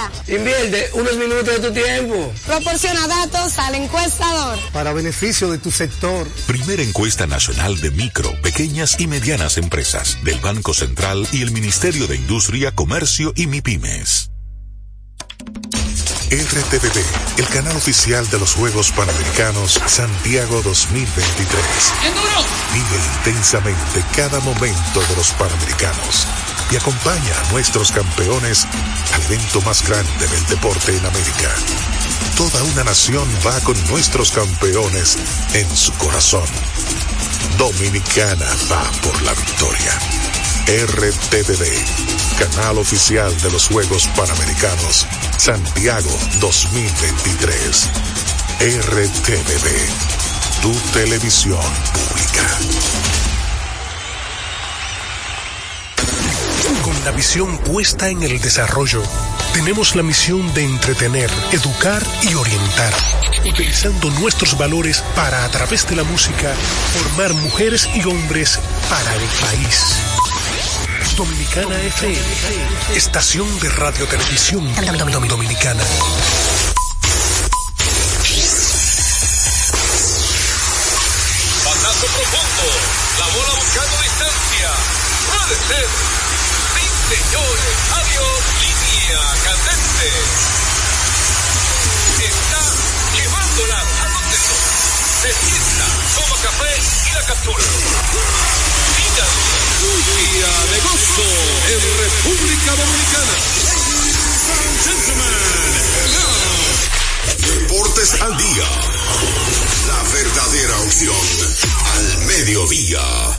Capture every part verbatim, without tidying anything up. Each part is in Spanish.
J. Invierte unos minutos de tu tiempo. Proporciona datos al encuestador. Para beneficio de tu sector. Primera encuesta nacional de micro, pequeñas y medianas empresas del Banco Central y el Ministerio de Industria, Comercio y MIPYMES. R T V B, el canal oficial de los Juegos Panamericanos Santiago dos mil veintitrés. Vive intensamente cada momento de los Panamericanos y acompaña a nuestros campeones al evento más grande del deporte en América. Toda una nación va con nuestros campeones en su corazón. Dominicana va por la victoria. R T V B, canal oficial de los Juegos Panamericanos Santiago dos mil veintitrés. R T V B, tu televisión pública. Con la visión puesta en el desarrollo, tenemos la misión de entretener, educar y orientar, utilizando nuestros valores para, a través de la música, formar mujeres y hombres para el país. Dominicana F M, estación de radio televisión dominicana. Pasazo profundo, la bola buscando distancia. Puede ser. Sí, señores, adiós, línea candente. Está llevándola a donde no. Se sienta, toma café y la captura. Un día de gozo en República Dominicana. Deportes al día. La verdadera opción al mediodía.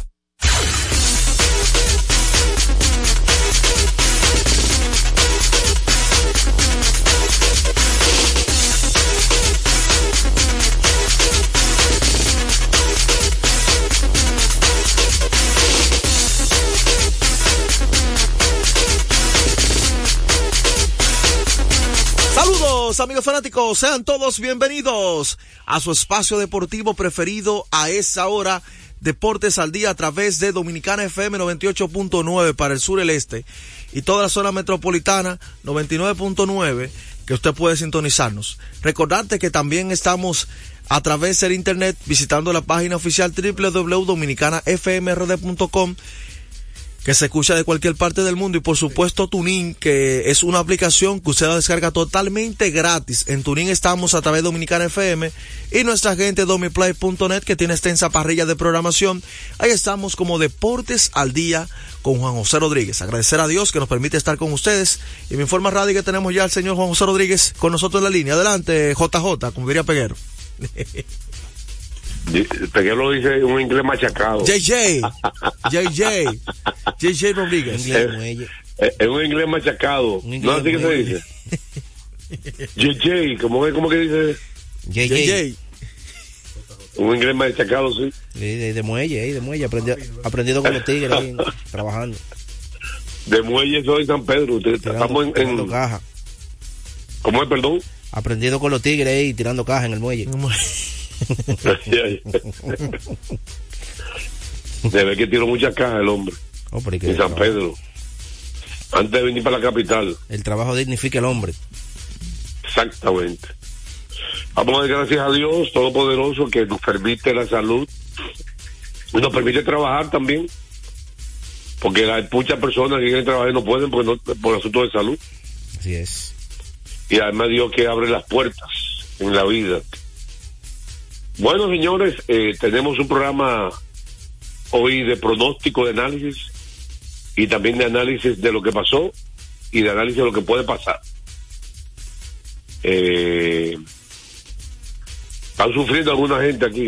Amigos fanáticos, sean todos bienvenidos a su espacio deportivo preferido a esa hora, Deportes al Día, a través de Dominicana F M noventa y ocho punto nueve para el sur, el este y toda la zona metropolitana noventa y nueve punto nueve, que usted puede sintonizarnos. Recordarte que también estamos a través del internet visitando la página oficial doble u doble u doble u punto dominicana f m r d punto com, que se escucha de cualquier parte del mundo, y por supuesto TuneIn, que es una aplicación que usted la descarga totalmente gratis. En TuneIn estamos a través de Dominicana F M y nuestra gente domiplay punto net, que tiene extensa parrilla de programación. Ahí estamos como Deportes al Día con Juan José Rodríguez. Agradecer a Dios que nos permite estar con ustedes, y me informa Radio que tenemos ya al señor Juan José Rodríguez con nosotros en la línea. Adelante, J J, como diría Peguero. Peguero lo dice un inglés machacado. J J. J J. J J Rodríguez. Es, es, es un inglés machacado. ¿No así que se dice? J J, ¿cómo es? ¿Cómo que dice? J J. Un inglés machacado, sí. De, de muelle, ahí, de muelle. Aprendió, aprendido con los tigres ahí, trabajando. De muelle soy San Pedro. Tirando, Estamos en, tirando en... caja. ¿Cómo es, perdón? Aprendido con los tigres ahí, tirando caja en el muelle. Se ve que tiró muchas cajas el hombre. Oh, en San Pedro, antes de venir para la capital. El trabajo dignifica al hombre. Exactamente. Vamos a dar gracias a Dios Todopoderoso, que nos permite la salud y nos permite trabajar también, porque hay muchas personas que quieren trabajar y no pueden porque no, por asuntos de salud. Así es. Y además Dios que abre las puertas en la vida. Bueno, señores, eh, tenemos un programa hoy de pronóstico, de análisis, y también de análisis de lo que pasó y de análisis de lo que puede pasar. Eh, están sufriendo alguna gente aquí.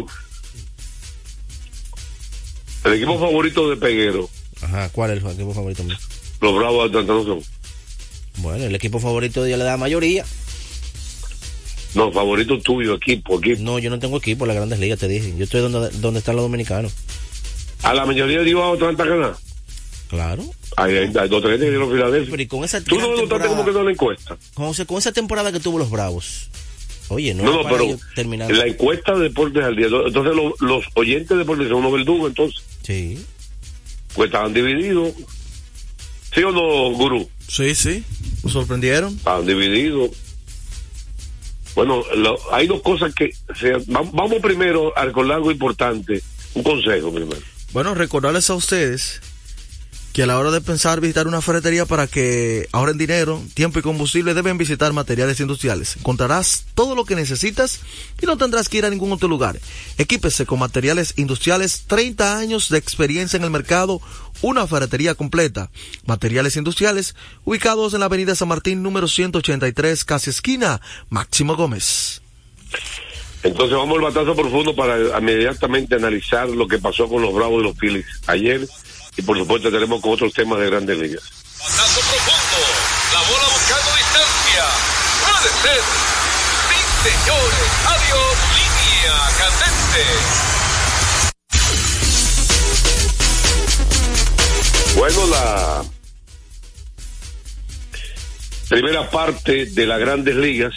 El equipo favorito de Peguero. Ajá, ¿cuál es el equipo favorito mío? Los Bravos de Atlanta no son. Bueno, el equipo favorito de ella le da mayoría. No, favorito tuyo, equipo, equipo. No, yo no tengo equipo en las Grandes Ligas, te dije. Yo estoy donde, donde están los dominicanos. ¿A la mayoría dio a Atlanta ganar? Claro. Hay, hay, hay dos tres que dieron Filadelfia. Pero y con esa ¿Tú no lo notaste como que no la encuesta? Con, con esa temporada que tuvo los Bravos. Oye, no. No, no, pero en la encuesta de Deportes al Día. Entonces lo, los oyentes de Deportes son unos verdugos, entonces. Sí. Pues estaban divididos. ¿Sí o no, Gurú? Sí, sí. ¿Nos sorprendieron? Han dividido. Bueno, lo, hay dos cosas que... Se, vamos, vamos primero a recordar algo importante. Un consejo primero. Bueno, recordarles a ustedes que a la hora de pensar visitar una ferretería para que ahorren dinero, tiempo y combustible, deben visitar Materiales Industriales. Encontrarás todo lo que necesitas y no tendrás que ir a ningún otro lugar. Equípese con Materiales Industriales, treinta años de experiencia en el mercado, una ferretería completa. Materiales Industriales, ubicados en la avenida San Martín, número ciento ochenta y tres, casi esquina Máximo Gómez. Entonces vamos al batazo profundo para inmediatamente analizar lo que pasó con los Bravos y los Phillies ayer. Y por supuesto tenemos con otros temas de Grandes Ligas. Batazo profundo, la bola buscando distancia, puede ser, sí señores, adiós, línea candente. Bueno, la primera parte de las Grandes Ligas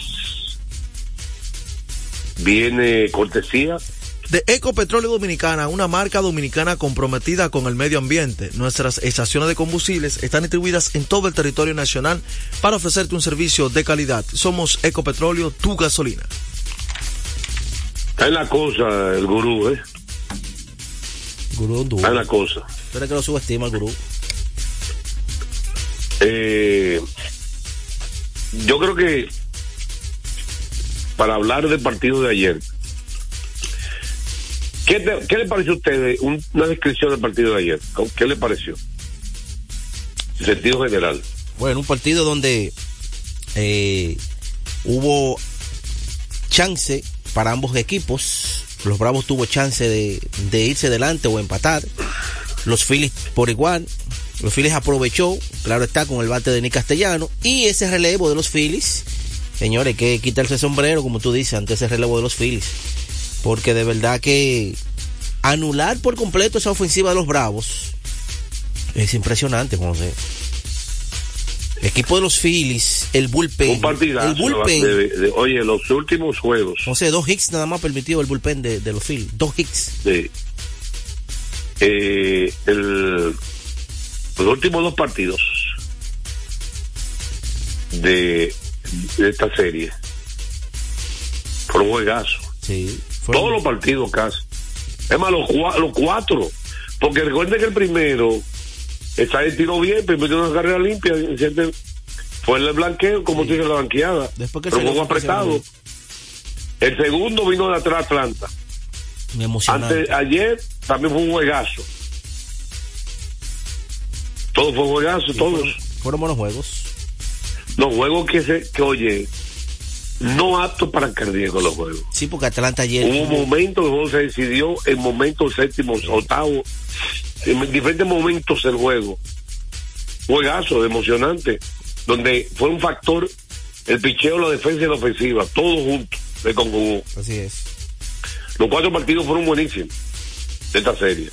viene cortesía de Ecopetróleo Dominicana, una marca dominicana comprometida con el medio ambiente. Nuestras estaciones de combustibles están distribuidas en todo el territorio nacional para ofrecerte un servicio de calidad. Somos Ecopetróleo, tu gasolina. Está en la cosa el gurú, ¿eh? Gurú duro. Está en la cosa. Pero es que lo subestima el gurú. Eh, yo creo que para hablar del partido de ayer, ¿Qué, te, ¿Qué le pareció a ustedes un, una descripción del partido de ayer? ¿Qué le pareció? En sentido general. Bueno, un partido donde eh, hubo chance para ambos equipos. Los Bravos tuvo chance de, de irse adelante o empatar. Los Phillies por igual. Los Phillies aprovechó, claro está, con el bate de Nick Castellano. Y ese relevo de los Phillies, señores, que quitarse el sombrero, como tú dices, ante ese relevo de los Phillies. Porque de verdad que anular por completo esa ofensiva de los Bravos es impresionante, José. El equipo de los Phillies, el bullpen. Un partidazo. El bullpen. De, de, oye, los últimos juegos. José, dos hits nada más permitido el bullpen de, de los Phillies. Dos hits. Sí. Eh, el, los últimos dos partidos de, de esta serie fueron juegazos. Sí. Todos los partidos casi. Es más, los, los cuatro. Porque recuerden que el primero, esta vez tiró bien, permitió una carrera limpia. Fue el blanqueo, como sí. Te dice la banqueada. Después que pero fue apretado. El segundo vino de atrás Atlanta. Me emocionó. Ayer también fue un juegazo. Todo fue juegazo, sí, todos. Fueron, fueron buenos juegos. Los juegos que se, que oye, no aptos para el cardíaco los juegos. Sí, porque Atlanta ayer... Hubo un momento, el juego se decidió en momentos séptimos, octavos, en diferentes momentos del juego. Juegazo, emocionante, donde fue un factor el picheo, la defensa y la ofensiva, todo juntos se conjugó. Así es. Los cuatro partidos fueron buenísimos de esta serie.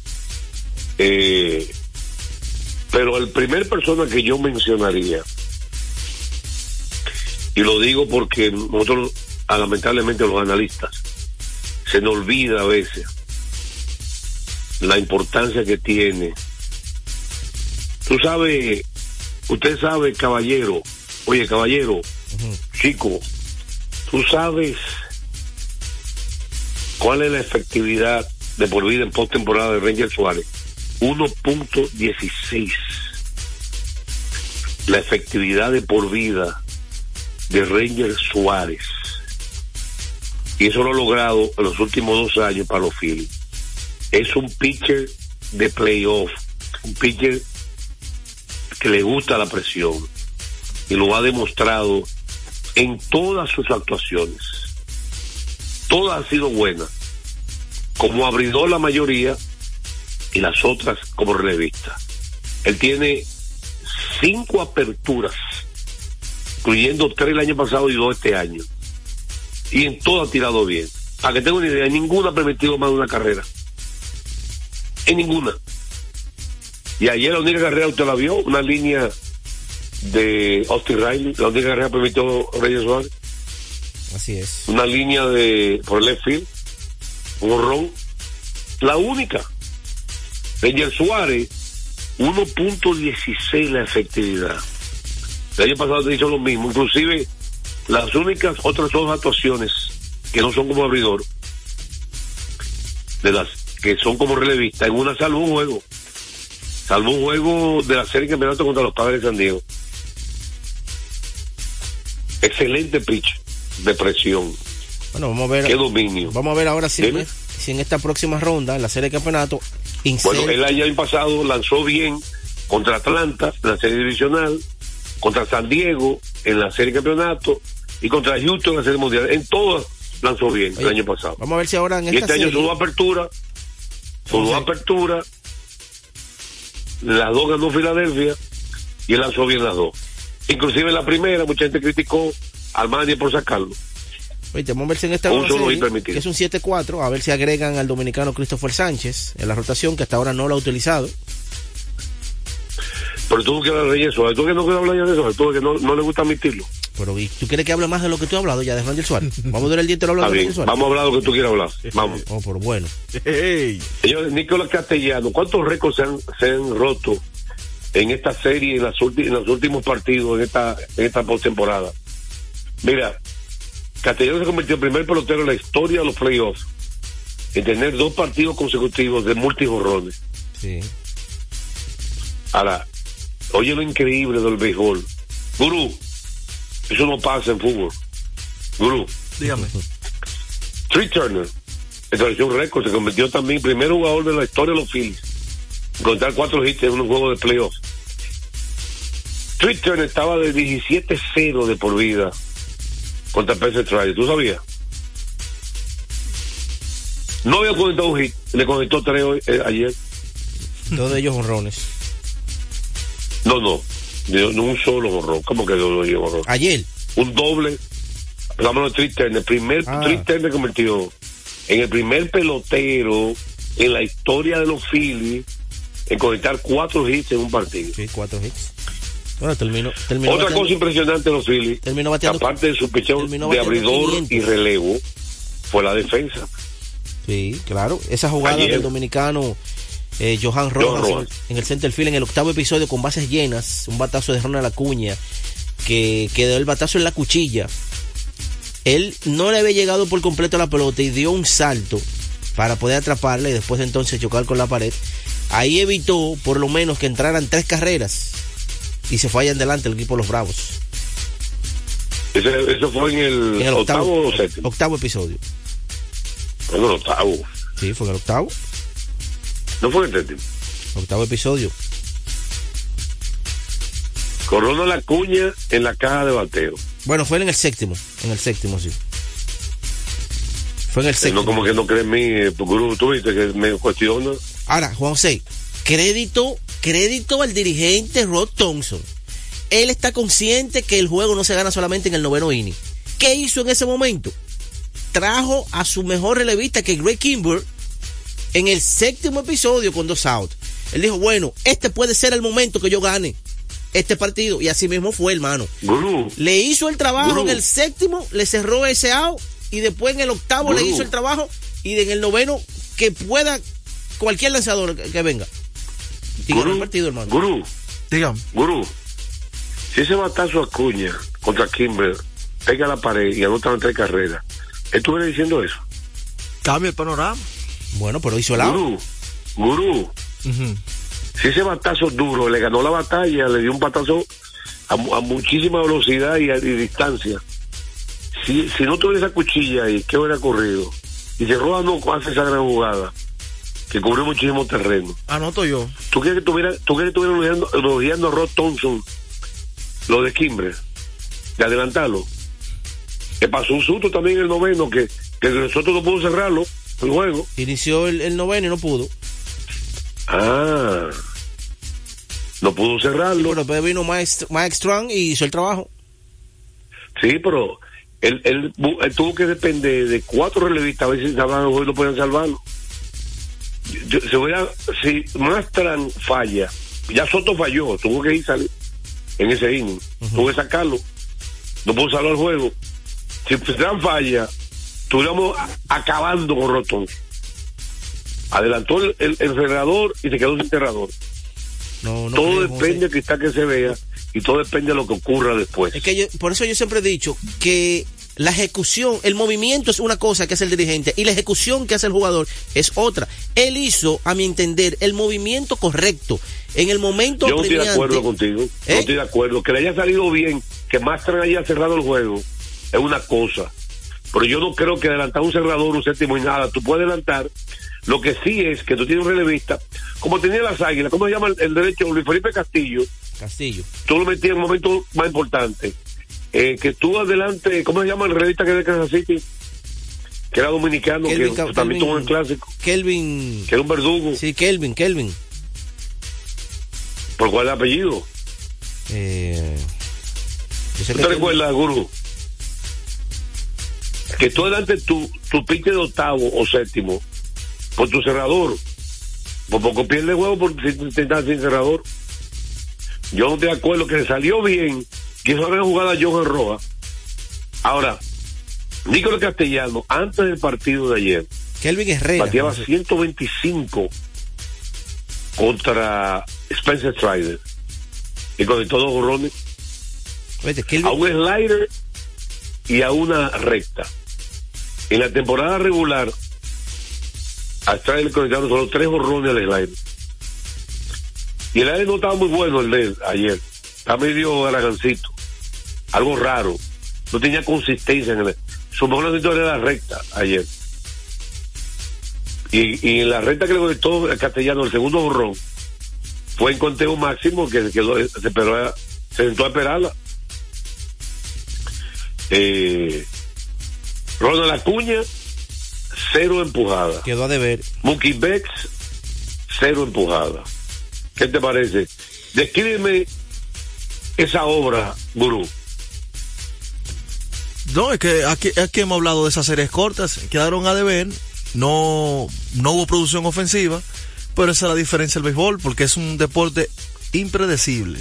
Eh, pero el primer persona que yo mencionaría, y lo digo porque nosotros, lamentablemente los analistas, se nos olvida a veces la importancia que tiene. Tú sabes, usted sabe, caballero, oye, caballero, uh-huh. Chico, tú sabes cuál es la efectividad de por vida en postemporada de Ranger Suárez. uno punto dieciséis. La efectividad de por vida de Ranger Suárez, y eso lo ha logrado en los últimos dos años para los Phillies. Es un pitcher de playoff, un pitcher que le gusta la presión, y lo ha demostrado en todas sus actuaciones. Todas han sido buenas, como abridor la mayoría y las otras como relevista. Él tiene cinco aperturas, incluyendo tres el año pasado y dos este año, y en todo ha tirado bien. Para que tenga una idea, ninguna ha permitido más de una carrera, en ninguna. Y ayer la única carrera, usted la vio, una línea de Austin Riley, la única carrera permitió Reyes Suárez. Así es. Una línea de por el left field, un horrón, la única. Ranger Suárez, uno punto dieciséis la efectividad. El año pasado hizo lo mismo, inclusive las únicas otras dos actuaciones que no son como abridor, de las que son como relevista, en una salvó un juego, salvó un juego de la serie de campeonato contra los Padres de San Diego. Excelente pitch de presión. Bueno, vamos a ver. Qué dominio. Vamos a ver ahora si, en, si en esta próxima ronda, en la serie de campeonato, Bueno, el año pasado lanzó bien contra Atlanta en la serie divisional, contra San Diego en la serie de campeonato y contra Houston en la serie mundial. En todas lanzó bien. Oye, el año pasado. Vamos a ver si ahora en y esta este serie... año tuvo apertura, tuvo apertura, las dos ganó Filadelfia y él lanzó bien las dos. Inclusive en la primera mucha gente criticó al manager por sacarlo. Oye, vamos a ver si en esta un solo serie, que es un siete cuatro, a ver si agregan al dominicano Christopher Sánchez en la rotación, que hasta ahora no lo ha utilizado. Pero tú no quieres hablar de eso, tú que no quieres hablar de eso, tú que no, no le gusta admitirlo. Pero ¿y tú quieres que hable más de lo que tú has hablado ya de Randall Suárez? Vamos a ver el día entero hablando de Randall Suárez. Vamos a hablar de lo que tú quieras hablar. Vamos. Oh, pero bueno. Hey. Señor Nicolás Castellano, ¿cuántos récords se han, se han roto en esta serie, en, las ulti, en los últimos partidos, en esta, en esta postemporada? Mira, Castellano se convirtió en el primer pelotero en la historia de los playoffs en tener dos partidos consecutivos de multijorrones. Sí. Ahora, oye lo increíble del béisbol. Gurú, eso no pasa en fútbol. Gurú. Dígame. Trey Turner estableció un récord, se convirtió también en el primer jugador de la historia de los Phillies en contar cuatro hits en un juego de playoffs. Trey Turner estaba de diecisiete cero de por vida contra Spencer Strider, ¿tú sabías? No había conectado un hit, le conectó tres hoy, eh, ayer. Dos de ellos honrones. No, no, no, no un solo honrón, ¿cómo que dos de ellos honrón? Ayer. Un doble, hablamos de Trey Turner, el primer ah. Trey Turner convirtió en el primer pelotero en la historia de los Phillies en conectar cuatro hits en un partido. Sí, cuatro hits. Bueno, terminó, terminó Otra bateando, cosa impresionante de los Phillies, terminó bateando, aparte de su pichón de abridor quinientos y relevo, fue la defensa. Sí, claro. Esa jugada Ayer, del dominicano eh, Johan Rojas, Rojas. En, el, en el center field, en el octavo episodio, con bases llenas, un batazo de Ronald Acuña, que quedó el batazo en la cuchilla. Él no le había llegado por completo a la pelota y dio un salto para poder atraparla y después entonces chocar con la pared. Ahí evitó por lo menos que entraran tres carreras y se fue allá en delante el equipo de los Bravos. Ese, ¿Eso fue en el, en el octavo, octavo o séptimo? Octavo episodio. En el octavo. Sí, fue en el octavo. ¿No fue en el séptimo? Octavo episodio. Corona la cuña en la caja de bateo. Bueno, fue en el séptimo. En el séptimo, sí. Fue en el séptimo. No, como que no crees en mí, Gurú, tú viste que me cuestiona. Ahora, Juan José, crédito, crédito al dirigente Rod Thompson. Él está consciente que el juego no se gana solamente en el noveno inning. ¿Qué hizo en ese momento? Trajo a su mejor relevista, que es Greg Kimber, en el séptimo episodio con dos outs. Él dijo, bueno, este puede ser el momento que yo gane este partido, y así mismo fue, hermano. Gurú. Le hizo el trabajo Gurú. En el séptimo, le cerró ese out, y después en el octavo Gurú. Le hizo el trabajo, y en el noveno que pueda cualquier lanzador que, que venga. Y ganó el partido, hermano. Gurú, dígame. Gurú, si ese batazo Acuña contra Kimber pega a la pared y anotan tres carreras, ¿estuviera diciendo eso? Cambia el panorama. Bueno, pero hizo el out. Gurú, Gurú. Uh-huh. Si ese batazo duro le ganó la batalla, le dio un batazo a, a muchísima velocidad y, a, y distancia. Si, si no tuviera esa cuchilla ahí, ¿qué hubiera ocurrido? Y Cerroa no hace esa gran jugada, que cubrió muchísimo terreno. Anoto yo. ¿Tú quieres que tuviera, tú quieres que estuviera elogiando, elogiando a Rod Thompson lo de Kimber, de adelantarlo? Que pasó un susto también en el noveno, que, que nosotros no pudimos cerrarlo, el juego. Inició el, el noveno y no pudo. Ah, no pudo cerrarlo. Sí, pero después vino Mike, Mike Strong y hizo el trabajo. Sí, pero él, él, él tuvo que depender de cuatro relevistas a ver si salvaban el juego y no podían salvarlo. Yo, si hubiera, si Mastran falla, ya Soto falló, tuvo que ir salir en ese inning, uh-huh. tuvo que sacarlo, no pudo salvar el juego. Si Mastran falla, estuviéramos acabando con Rotón. Adelantó el, el, el cerrador y se quedó sin cerrador. No, no todo creo, depende de que está que se vea y todo depende de lo que ocurra después. Es que yo, por eso yo siempre he dicho que la ejecución, el movimiento es una cosa que hace el dirigente y la ejecución que hace el jugador es otra. Él hizo, a mi entender, el movimiento correcto en el momento. Yo no estoy de acuerdo contigo, ¿Eh? no estoy de acuerdo. Que le haya salido bien, que Mastran haya cerrado el juego, es una cosa. Pero yo no creo que adelantar un cerrador, un séptimo y nada. Tú puedes adelantar. Lo que sí es que tú tienes un relevista, como tenía las Águilas, ¿cómo se llama el, el derecho? Luis Felipe Castillo. Castillo. Tú lo metías en un momento más importante. Eh, que tú adelante, ¿cómo se llama el relevista que es de Kansas City? Que era dominicano, Kelvin, que Kelvin, también tuvo en el clásico. Kelvin. Que era un verdugo. Sí, Kelvin, Kelvin. ¿Por cuál es el apellido? Eh, ¿Tú te recuerdas, Guru? Que tú adelante tu, tu pique de octavo o séptimo por tu cerrador. Por poco pierde el juego porque si te estás sin cerrador. Yo no estoy de acuerdo, que salió bien, que hizo una jugada a Johan Rojas. Ahora, Nicolás Castellano, antes del partido de ayer, Kelvin Herrera bateaba no sé. ciento veinticinco contra Spencer Strider y con todos los borrones a un slider y a una recta. En la temporada regular a Strider le conectaron solo tres borrones al slider y el slider no estaba muy bueno el de ayer, está medio garagancito, algo raro, no tenía consistencia en el, su mejor lanzamiento era la recta ayer. Y, y en la recta que le conectó el Castellano, el segundo borrón, fue en conteo máximo que se quedó, se, esperó, se sentó a esperarla. Eh, Ronald Acuña, cero empujada. Quedó a deber. Mookie Betts, cero empujada. ¿Qué te parece? Descríbeme esa obra, Gurú. No, es que aquí, aquí hemos hablado de esas series cortas, quedaron a deber. No, no hubo producción ofensiva, pero esa es la diferencia del béisbol, porque es un deporte impredecible.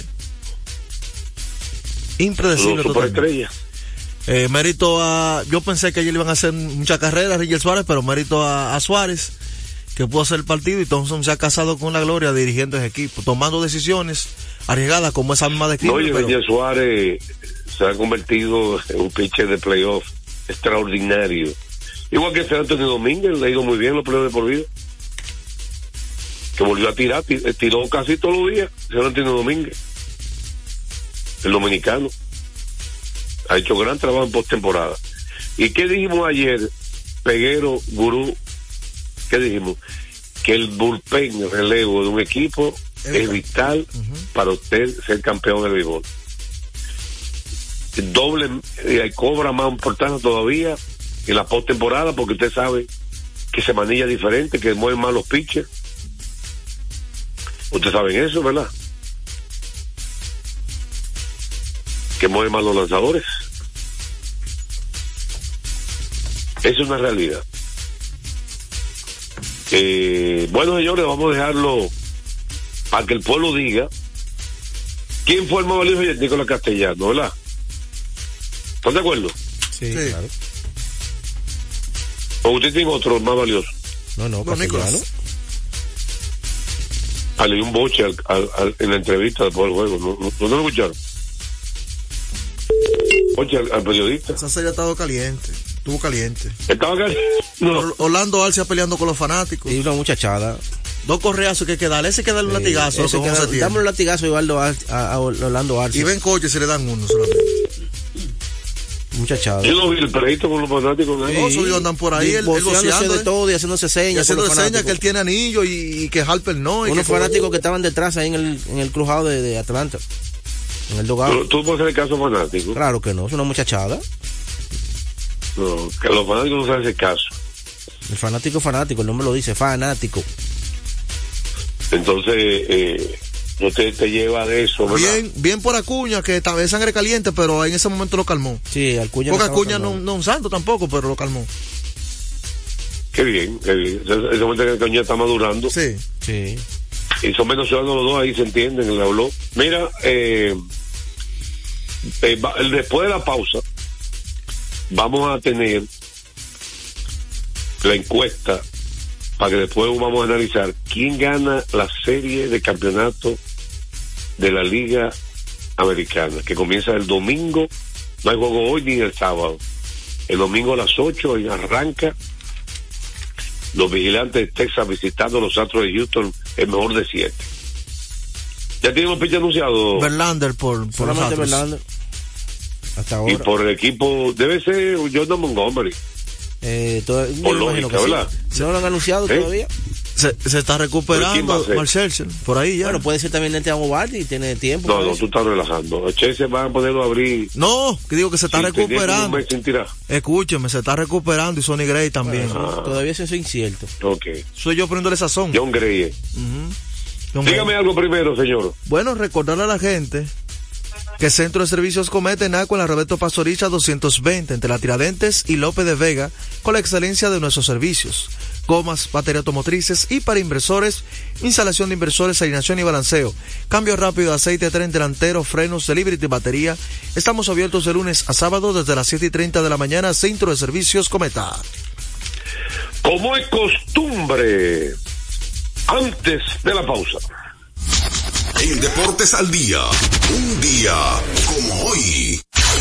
Impredecible totalmente. Eh, mérito a, yo pensé que ayer iban a hacer muchas carreras, Rigel Suárez, pero mérito a, a Suárez, que pudo hacer el partido, y Thompson se ha casado con la gloria dirigiendo ese equipo, tomando decisiones arriesgadas como esa misma de Cleveland. No, y Rigel Suárez se ha convertido en un pitcher de playoff extraordinario. Igual que San Antonio Domínguez, le ha ido muy bien los playoffs de por vida. Que volvió a tirar, tiró casi todos los días, San Antonio Domínguez. El dominicano. Ha hecho gran trabajo en postemporada. ¿Y qué dijimos ayer, Peguero, Gurú? ¿Qué dijimos? Que el bullpen, el relevo de un equipo es, es vital uh-huh. para usted ser campeón del béisbol. Doble, eh, cobra más importante todavía en la postemporada, porque usted sabe que se manilla diferente, que mueven más los pitchers. Ustedes saben eso, ¿verdad? Que mueven más los lanzadores. Eso es una realidad. Eh, bueno, señores, vamos a dejarlo para que el pueblo diga quién fue el más valioso, y el Nicolás Castellano, ¿verdad? ¿Están de acuerdo? Sí, sí, claro. ¿O usted tiene otro más valioso? No, no, Castellano. Ah, le di un boche al, al, al, en la entrevista después del juego. ¿No, no, no lo escucharon? Boche al, al periodista. Esa serie ha estado caliente. Estuvo caliente. ¿Estaba caliente? No. Orlando Arcia peleando con los fanáticos. Y una muchachada. Dos correazos que hay que darle. Ese hay que darle un latigazo. Ese que da, dame un latigazo a, a, a Orlando Arcia. Y ven coche si le dan uno solamente. Muchachada. Yo no vi el pleito con los fanáticos. ¿No? Sí. No, subió, andan por ahí, él goceando de todo y haciéndose señas. Y haciendo señas que él tiene anillo y, y que Harper no. Y unos que fanáticos como... que estaban detrás ahí en el, en el crujado de, de Atlanta. En el dogado. ¿Tú, ¿Tú puedes hacer caso fanático? Claro que no, es una muchachada. No, que los fanáticos no saben ese caso. El fanático fanático, el nombre lo dice, fanático. Entonces, eh, no te, te lleva de eso, ¿verdad? Bien, bien por Acuña, que estaba de sangre caliente, pero en ese momento lo calmó. Sí, Acuña. Porque no Acuña no, no un santo tampoco, pero lo calmó. Qué bien, qué bien. Ese momento que Acuña está madurando. Sí. Sí. Y son menos ciudadanos los dos, ahí se entienden, él habló. Mira, eh, eh, después de la pausa, vamos a tener la encuesta para que después vamos a analizar quién gana la serie de campeonato de la Liga americana, que comienza el domingo. No hay juego hoy ni el sábado. El domingo a las ocho y arranca. Los Vigilantes de Texas visitando los Astros de Houston, el mejor de siete. ¿Ya tenemos pitcher anunciado? Verlander por, por los Astros. Verlander. Hasta ahora. Y por el equipo, debe ser Jordan Montgomery. Eh, todo, por lógica, ¿verdad? Sí. ¿No lo han anunciado ¿Eh? todavía? Se, se está recuperando Marcel, por ahí ya. Bueno, puede ser también el Teamo Bardi, tiene tiempo. No, no, tú estás relajando. Chelsea va a poderlo abrir. No, que digo que se está sí, recuperando. Un mes sin tirar. Escúcheme, se está recuperando y Sonny Gray también. Bueno, ah. Todavía eso es incierto. Ok. Soy yo poniéndole sazón. John Gray. Uh-huh. John Dígame Gray. Algo primero, señor. Bueno, recordarle a la gente que Centro de Servicios Cometa en Agua en la Roberto Pastoriza doscientos veinte entre la Tiradentes y López de Vega, con la excelencia de nuestros servicios. Gomas, baterías automotrices y para inversores, instalación de inversores, alineación y balanceo, cambio rápido de aceite, tren delantero, frenos, delivery y batería. Estamos abiertos de lunes a sábado desde las siete y treinta de la mañana. Centro de Servicios Cometa. Como es costumbre, antes de la pausa. En Deportes al Día, un día como hoy.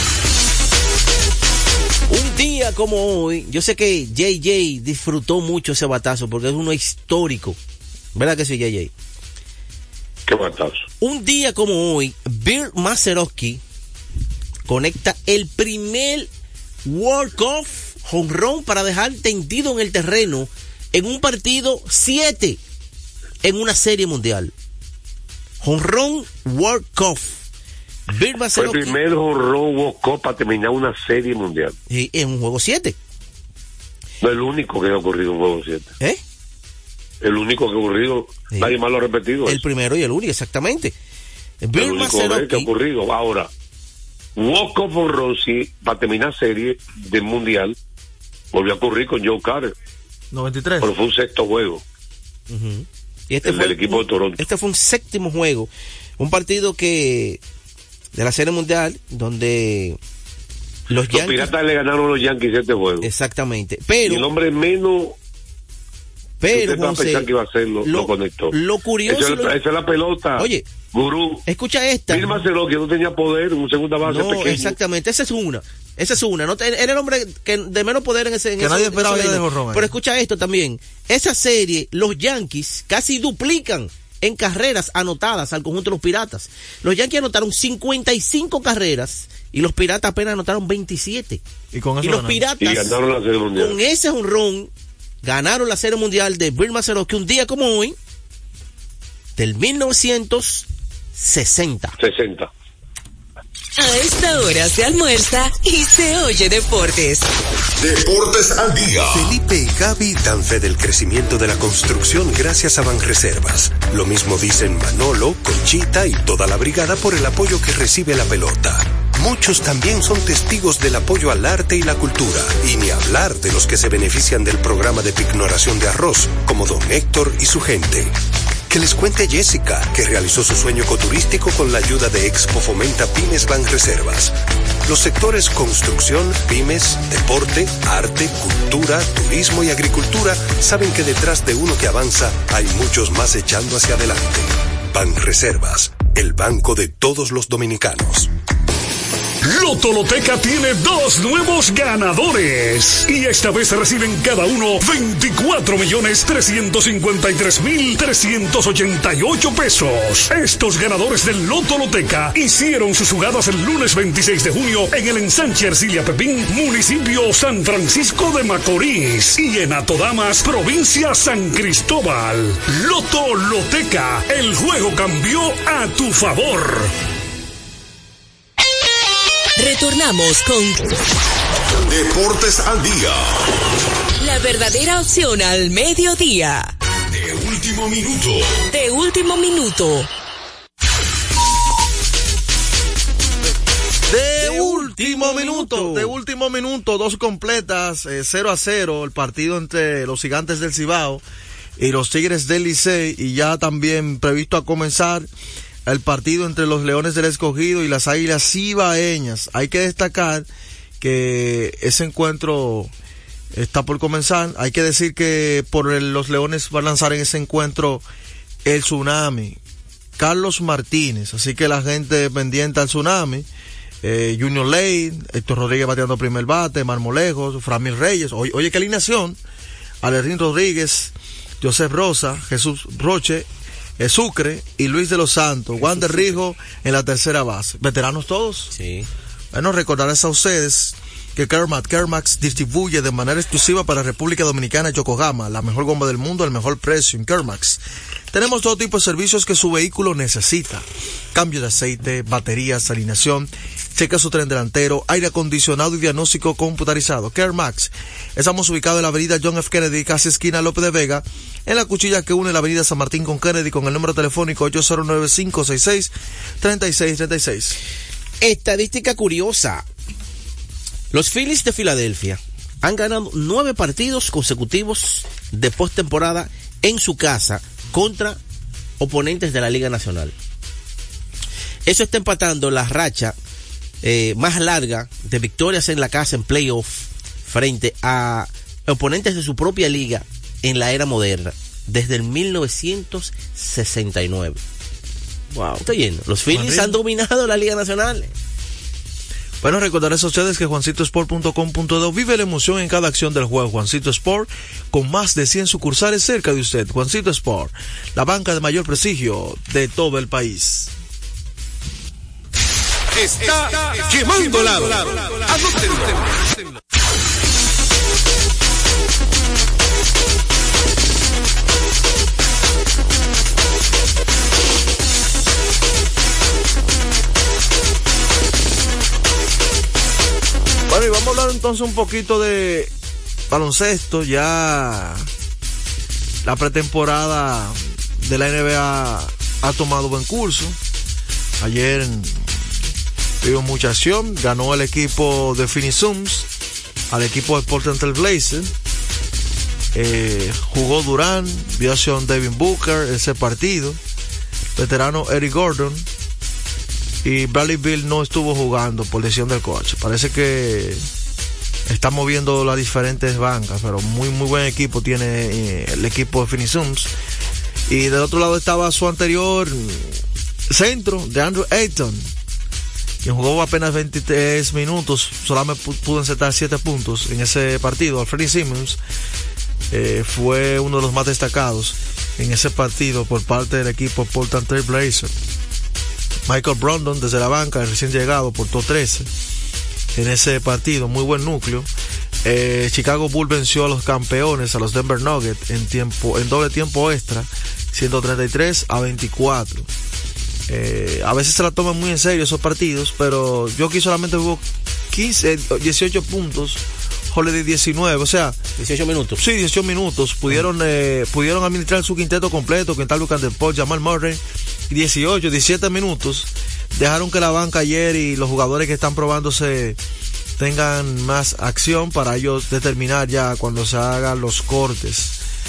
Un día como hoy, yo sé que J J disfrutó mucho ese batazo porque es uno histórico. ¿Verdad que sí, J J? ¿Qué batazo? Un día como hoy, Bill Mazeroski conecta el primer walk-off home run para dejar tendido en el terreno en un partido siete en una serie mundial. Home run walk-off. Bill Fue el primer home run walk-off para terminar una serie mundial. Y en un juego siete. No es el único que ha ocurrido en un juego siete. ¿Eh? El único que ha ocurrido, sí. Nadie más lo ha repetido. El eso. primero y el único, exactamente. Bill el único Mazeroski, que ha ocurrido. Ahora, walk-off home run, sí, para terminar serie del mundial, volvió a ocurrir con Joe Carter. noventa y tres. Pero fue un sexto juego. Uh-huh. Y este el fue del equipo un, de Toronto. Este fue un séptimo juego. Un partido que de la serie mundial donde los, los Yankees, Piratas le ganaron a los Yankees este juego. Exactamente. Pero y el hombre menos pero usted va a pensar que iba a hacerlo, lo, lo conectó. Lo curioso esa, lo, esa es la pelota. Oye, Gurú. Escucha esta. Bill Mazeroski no tenía poder, un segunda base no, pequeño. Exactamente, esa es una. Esa es una. No, era el hombre que de menos poder en ese en que ese, nadie esperaba ese de jorrón. Pero escucha esto también. Esa serie, los Yankees casi duplican en carreras anotadas al conjunto de los Piratas. Los Yankees anotaron cincuenta y cinco carreras y los Piratas apenas anotaron veintisiete. Y con eso y los ganaron. Piratas y ganaron la serie mundial. Con ese jonrón ganaron la serie mundial de Bill Mazeroski un día como hoy del mil novecientos sesenta. sesenta. A esta hora se almuerza y se oye deportes. Deportes al día. Felipe y Gaby dan fe del crecimiento de la construcción gracias a Banreservas. Lo mismo dicen Manolo, Conchita y toda la brigada por el apoyo que recibe la pelota. Muchos también son testigos del apoyo al arte y la cultura, y ni hablar de los que se benefician del programa de pignoración de arroz, como don Héctor y su gente. Que les cuente Jessica, que realizó su sueño ecoturístico con la ayuda de Expo Fomenta Pymes Banreservas. Los sectores construcción, pymes, deporte, arte, cultura, turismo y agricultura saben que detrás de uno que avanza hay muchos más echando hacia adelante. Banreservas, el banco de todos los dominicanos. Lotoloteca tiene dos nuevos ganadores y esta vez reciben cada uno veinticuatro millones trescientos cincuenta y tres mil trescientos ochenta y ocho pesos. Estos ganadores del Lotoloteca hicieron sus jugadas el lunes veintiséis de junio en el ensanche Ercilia Pepín, municipio San Francisco de Macorís, y en Atodamas, provincia San Cristóbal. Lotoloteca, el juego cambió a tu favor. Retornamos con Deportes al Día. La verdadera opción al mediodía. De último minuto. De último minuto. De último minuto. De último minuto. Dos completas. Eh, cero a cero. El partido entre los Gigantes del Cibao y los Tigres del Licey. Y ya también previsto a comenzar el partido entre los Leones del Escogido y las Águilas Cibaeñas. Hay que destacar que ese encuentro está por comenzar. Hay que decir que por el, los Leones va a lanzar en ese encuentro el Tsunami, Carlos Martínez. Así que la gente pendiente al tsunami. Eh, Junior Lane, Héctor Rodríguez bateando primer bate, Marmolejos, Framil Reyes. Oye, oye, qué alineación. Alerín Rodríguez, Joseph Rosa, Jesús Roche, eh, Sucre y Luis de los Santos. Wander Rijo en la tercera base. ¿Veteranos todos? Sí. Bueno, recordarles a ustedes que Kermax, Kermax distribuye de manera exclusiva para República Dominicana y Yokohama, la mejor goma del mundo, al mejor precio en Kermax. Tenemos todo tipo de servicios que su vehículo necesita. Cambio de aceite, baterías, alineación, checa su tren delantero, aire acondicionado y diagnóstico computarizado. Kermax. Estamos ubicados en la avenida John F. Kennedy, casi esquina López de Vega, en la cuchilla que une la avenida San Martín con Kennedy, con el número telefónico ocho cero nueve, cinco seis seis, tres seis tres seis. Estadística curiosa. Los Phillies de Filadelfia han ganado nueve partidos consecutivos de postemporada en su casa contra oponentes de la Liga Nacional. Eso está empatando la racha eh, más larga de victorias en la casa en playoff frente a oponentes de su propia liga en la era moderna desde el mil novecientos sesenta y nueve. Wow, está yendo. Los Phillies han dominado la Liga Nacional. Bueno, recordarles a ustedes que juancito sport punto com punto do vive la emoción en cada acción del juego. Juancito Sport, con más de cien sucursales cerca de usted. Juancito Sport, la banca de mayor prestigio de todo el país. Está, está quemando lado. Anótenlo. Bueno, y vamos a hablar entonces un poquito de baloncesto. Ya la pretemporada de la N B A ha tomado buen curso. Ayer hubo mucha acción. Ganó el equipo de Phoenix Suns al equipo de Portland Trail Blazers. Eh, jugó Durant, vio acción Devin Booker ese partido. Veterano Eric Gordon. Y Bradley Beal no estuvo jugando por lesión del coach. Parece que está moviendo las diferentes bancas, pero muy muy buen equipo tiene eh, el equipo de Phoenix Suns. Y del otro lado estaba su anterior centro, de Andrew Ayton, quien jugó apenas veintitrés minutos, solamente pudo encetar siete puntos en ese partido. Alfred Simmons eh, fue uno de los más destacados en ese partido por parte del equipo Portland Trail Blazers. Michael Brogdon desde la banca, el recién llegado, portó trece en ese partido, muy buen núcleo. Eh, Chicago Bulls venció a los campeones, a los Denver Nuggets, en tiempo, en doble tiempo extra, ciento treinta y tres a veinticuatro. Eh, a veces se la toman muy en serio esos partidos, pero yo aquí solamente hubo quince, dieciocho puntos, Holiday diecinueve, o sea, dieciocho minutos. Sí, dieciocho minutos. Pudieron, eh, pudieron administrar su quinteto completo, con Talbot Candleport, Jamal Murray, dieciocho, diecisiete minutos. Dejaron que la banca ayer y los jugadores que están probándose tengan más acción para ellos determinar ya cuando se hagan los cortes.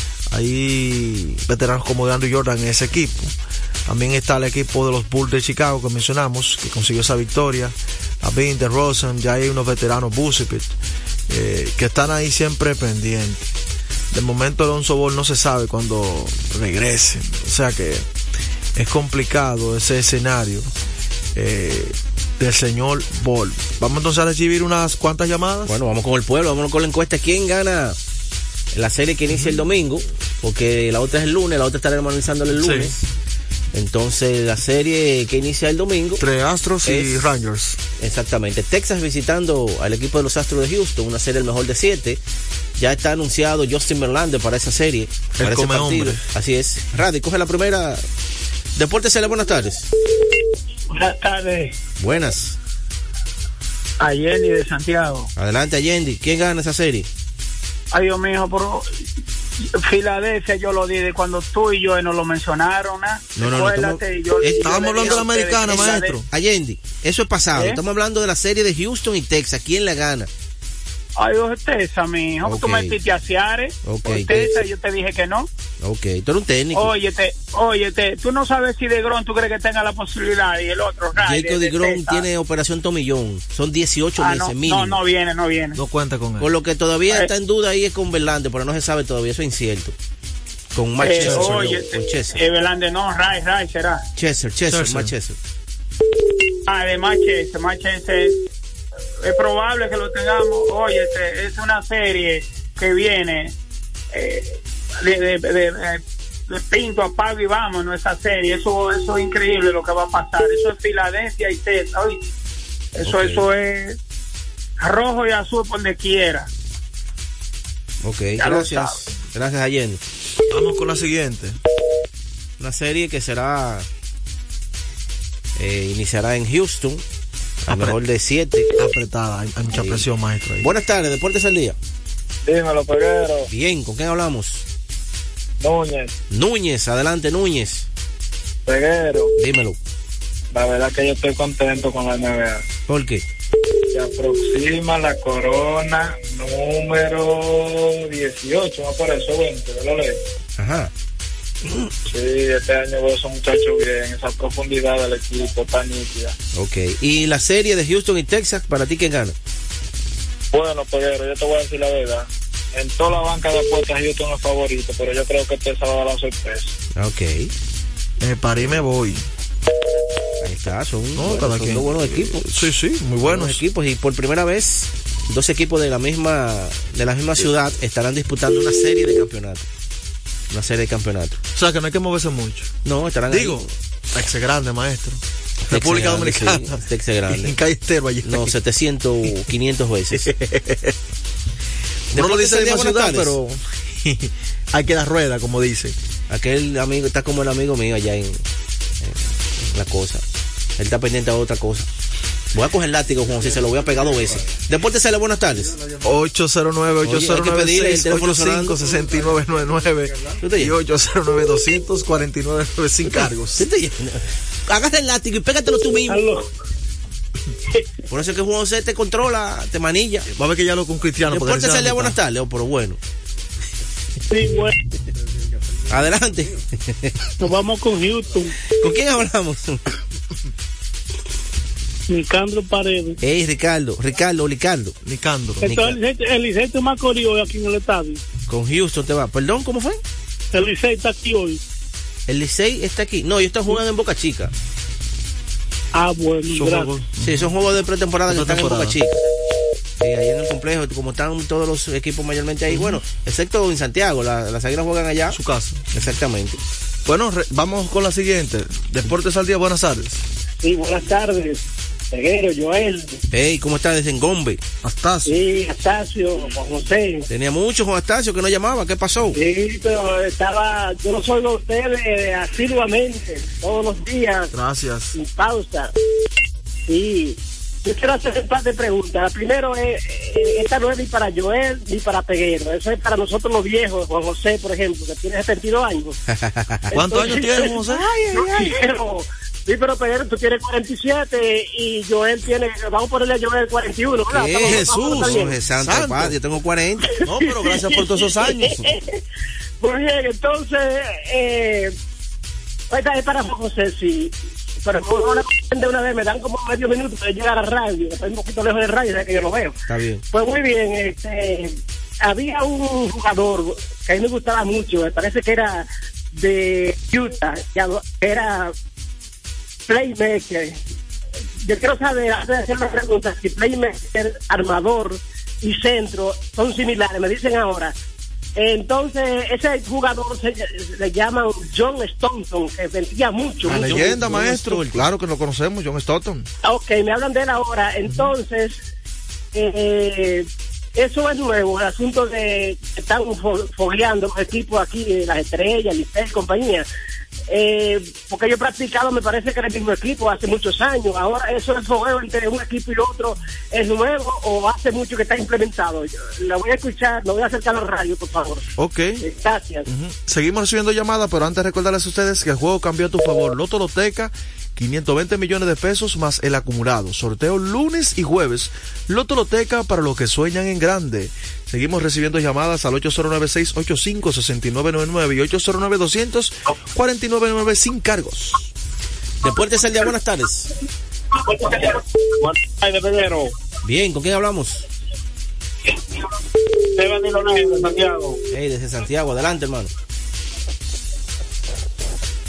Hay veteranos como de Andrew Jordan en ese equipo. También está el equipo de los Bulls de Chicago que mencionamos, que consiguió esa victoria. A Vin, de Rosen, ya hay unos veteranos, Busipit, eh, que están ahí siempre pendientes. De momento Alonso Ball no se sabe cuándo regrese. O sea que es complicado ese escenario eh, del señor Ball. Vamos entonces a recibir unas cuantas llamadas. Bueno, vamos con el pueblo, vamos con la encuesta. ¿Quién gana la serie que inicia el domingo? Porque la otra es el lunes, la otra estaremos analizando el lunes. Sí. Entonces la serie que inicia el domingo entre Astros es, y Rangers. Exactamente. Texas visitando al equipo de los Astros de Houston, una serie el mejor de siete. Ya está anunciado Justin Verlander para esa serie, para ese partido. Hombre. Así es. Radi, coge la primera. Deportes L, buenas tardes. Buenas tardes. Buenas. Allende de Santiago. Adelante, Allende. ¿Quién gana esa serie? Ay, Dios mío, por Filadelfia yo lo dije cuando tú y yo nos lo mencionaron, ¿eh? No, no, no. Estamos, yo, estábamos hablando de la americana, maestro. Allende, eso es pasado. ¿Eh? Estamos hablando de la serie de Houston y Texas. ¿Quién la gana? Ay, Dios, Texas, mi hijo. Okay. Tú me metiste a Ciare. Okay. Texas, yo te dije que no. Ok, tú eres un técnico. Óyete, óyete, tú no sabes si DeGrom tú crees que tenga la posibilidad y el otro. Jacob DeGrom tiene operación tomillón. Son dieciocho ah, meses no, mínimo. No, no viene, no viene. No cuenta con él. Con lo que todavía eh. está en duda ahí es con Verlander, pero no se sabe todavía, eso es incierto. Con Matt Eh, Chester. oye, con Chester. Everlander no, Ray, Ray será. Chester, Chester, Matt Chester. Ah, de Manchester, Manchester. Es probable que lo tengamos. Oye, este, es una serie que viene eh, de, de, de, de, de pinto, apago y vamos, no esa serie. Eso, eso es increíble lo que va a pasar. Eso es Filadelfia y Texas. Oye, eso, okay. Eso es rojo y azul por donde quiera. Ok, ya gracias. Gracias, Allende. Vamos con la siguiente. Una serie que será eh, iniciará en Houston. A lo mejor de siete. Apretada, hay, hay mucha ahí. Presión, maestro. Ahí. Buenas tardes, Deportes al Día. Dímelo, Peguero. Bien, ¿con quién hablamos? Núñez. Núñez, adelante, Núñez. Peguero. Dímelo. La verdad que yo estoy contento con la N B A. ¿Por qué? Se aproxima la corona número dieciocho, me parece, veinte, ¿lo lees? Ajá. Sí, este año veo a esos muchachos bien, esa profundidad del equipo tan nítida. Ok, ¿y la serie de Houston y Texas, para ti quién gana? Bueno, Peguero, yo te voy a decir la verdad. En toda la banca de apuestas Houston es favorito, pero yo creo que Texas va a dar la sorpresa. Ok. Eh, para ahí me voy. Ahí está, son, no, bueno, cada son quien. dos buenos equipos. Sí, sí, muy buenos. buenos equipos, y por primera vez dos equipos de la misma de la misma ciudad estarán disputando una serie de campeonatos. Una serie de campeonatos. O sea, que no hay que moverse mucho. No, estarán Digo, ahí. Texas grande, maestro. República grande, Dominicana. Sí, Texas grande. En Callestero allí. No, setecientos, quinientos veces. No lo dice de misma ciudad, pero hay que dar rueda, como dice. Aquel amigo está como el amigo mío allá en, en la cosa. Él está pendiente a otra cosa. Voy a coger el látigo, Juan, si se lo voy a pegar dos veces. Después te sale buenas tardes. ocho cero nueve, ocho cero nueve, seis ocho cinco, seis nueve nueve nueve y ocho cero nueve, dos cuatro nueve nueve sin cargos. Hágase el látigo y pégatelo tú mismo. Por eso es que Juan José te controla, te manilla. Va a ver que ya lo con Cristiano. Después te sale buenas tardes, oh, pero bueno. Sí, bueno. Adelante. Nos vamos con Houston. ¿Con quién hablamos? Nicandro Paredes. Ey, Ricardo, Ricardo, Ricardo. Nicandro. Entonces, el Licey está más corrido aquí en el estadio. Con Houston te va. Perdón, ¿cómo fue? El Licey está aquí hoy. El Licey está aquí. No, ellos están jugando en Boca Chica. Ah, bueno, juegos, sí, son juegos de pretemporada que están en Boca Chica. Sí, ahí en el complejo, como están todos los equipos mayormente ahí, uh-huh. Bueno, excepto en Santiago, la, las Águilas juegan allá. Su casa. Exactamente. Bueno, re, vamos con la siguiente. Deportes al Día, buenas tardes. Sí, buenas tardes. Peguero, Joel. Hey, ¿cómo estás desde Engombe? Astacio. Sí, Astacio, Juan José. Tenía mucho Juan Astacio que no llamaba, ¿qué pasó? Sí, pero estaba, yo los oigo a ustedes asiduamente, todos los días. Gracias. Sin pausa. Sí. Yo quiero hacer un par de preguntas. Primero, es, esta no es ni para Joel ni para Peguero. Eso es para nosotros los viejos, Juan José, por ejemplo, que tiene setenta y dos años. ¿Cuántos años tiene Juan José? Ay, ay, ay. Quiero, sí, pero Peguero, tú tienes cuarenta y siete y Joel tiene, vamos a ponerle a Joel cuarenta y uno. ¿Qué? Estamos, Jesús, Jesús Santo, Santo. Padre, yo tengo cuarenta. No, pero gracias por todos esos años. Muy bien, entonces, eh, esta es para Juan José, sí. Pero de una vez me dan como medio minuto para llegar a la radio, estoy un poquito lejos de radio, ya que yo lo veo. Está bien. Pues muy bien, este, había un jugador que a mí me gustaba mucho, me parece que era de Utah, que era playmaker. Yo quiero saber, antes de hacer una pregunta, si playmaker, armador y centro son similares, me dicen ahora. Entonces, ese jugador se le llaman John Stockton, que vendía mucho. La mucho, leyenda, mucho, maestro. mucho. Claro que lo conocemos, John Stockton. Ok, me hablan de él ahora. Entonces, eh, eso es nuevo, el asunto de que están fo- fogueando los equipos aquí, las Estrellas, Licey y compañía. Eh, porque yo he practicado, me parece que era el mismo equipo hace muchos años. Ahora eso del fogueo entre un equipo y otro es nuevo o hace mucho que está implementado. Yo la voy a escuchar, lo voy a acercar a la radio, por favor. Ok. Eh, gracias. Uh-huh. Seguimos recibiendo llamadas, pero antes recordarles a ustedes que el juego cambió a tu favor. Loto Loteca, quinientos veinte millones de pesos más el acumulado. Sorteo lunes y jueves. Loto Loteca para los que sueñan en grande. Seguimos recibiendo llamadas al ocho cero nueve, seis ocho cinco, seis nueve nueve nueve y ocho cero nueve, dos cuatro nueve nueve sin cargos. Deportes al Día, buenas tardes. Buenas tardes, Pedro. Bien, ¿con quién hablamos? Esteban Diloné, de Santiago. Hey, desde Santiago, adelante, hermano.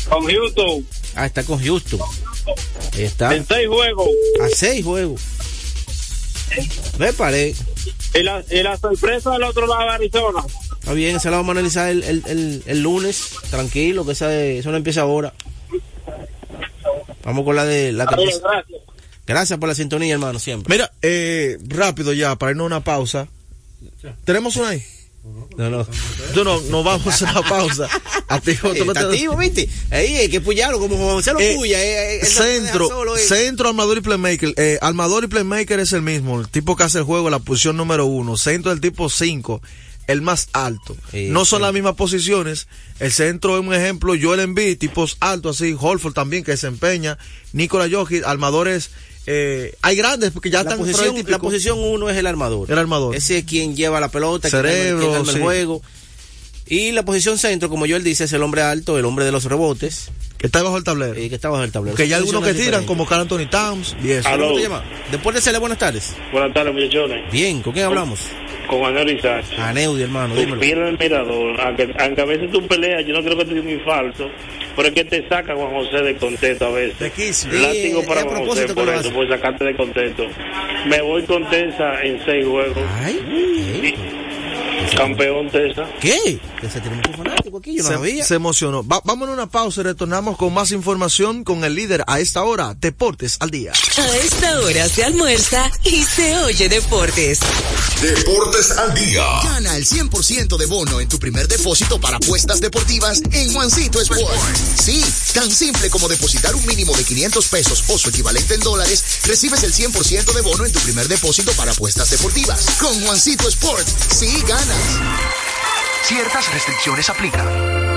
Con Houston. Ah, está con Houston. Ahí está. En seis juegos. A seis juegos. Me paré. Y la, y la sorpresa del otro lado de Arizona. Está bien, esa la vamos a analizar el, el, el, el lunes. Tranquilo, que esa de, eso no empieza ahora. Vamos con la de la que Bien, empieza. gracias. Gracias por la sintonía, hermano, siempre. Mira, eh, rápido ya, para irnos a una pausa. ¿Tenemos una ahí? No, no. Tú no, no vamos a hacer una pausa. Activo, Eh, está activo, ¿viste? Ahí hay que puyarlo como Juan Gonzalo Eh, puya. Eh, eh, centro, solo, eh. centro, armador y playmaker. Eh, armador y playmaker es el mismo. El tipo que hace el juego, la posición número uno. Centro del tipo cinco, el más alto. Eh, no son sí. las mismas posiciones. El centro es un ejemplo, Joel Embiid, tipos altos así. Holford también, que desempeña. Nikola Jokic, armadores. Eh, hay grandes porque ya la están posición, prototípicos. la posición uno es el armador. El armador. Ese es quien lleva la pelota, Cerebro, quien arma, quien arma sí. el juego. Y la posición centro, como yo él dice, es el hombre alto, el hombre de los rebotes. Que está bajo el tablero. Y que está bajo el tablero. Que hay Son algunos que posiciones tiran, diferentes. como Carl Anthony Towns y eso. ¿Cómo te llamas? Después de serle buenas tardes. Buenas tardes, muchachones. Bien, ¿con quién hablamos? Con Anel Sánchez. A Neudi, hermano, Tu dímelo. piel el mirador. Aunque, aunque a veces tú peleas, yo no creo que tú muy falso. Pero es que te saca Juan José de contexto a veces. De quicio. Látigo Sí, para es a Juan José propósito por que lo eso, hace. por sacarte de contexto. Me voy con Tesa en seis juegos. Ay, Y- campeón Tesa. ¿qué? Que se tiene mucho fanático aquí, yo no se, sabía. se emocionó. Va, vamos a una pausa y retornamos con más información con el líder a esta hora, Deportes al Día. A esta hora se almuerza y se oye deportes. Deportes al día. Gana el cien por ciento de bono en tu primer depósito para apuestas deportivas en Juancito Sport. Sí, tan simple como depositar un mínimo de quinientos pesos o su equivalente en dólares, recibes el cien por ciento de bono en tu primer depósito para apuestas deportivas. Con Juancito Sport, sí ganas. Ciertas restricciones aplican.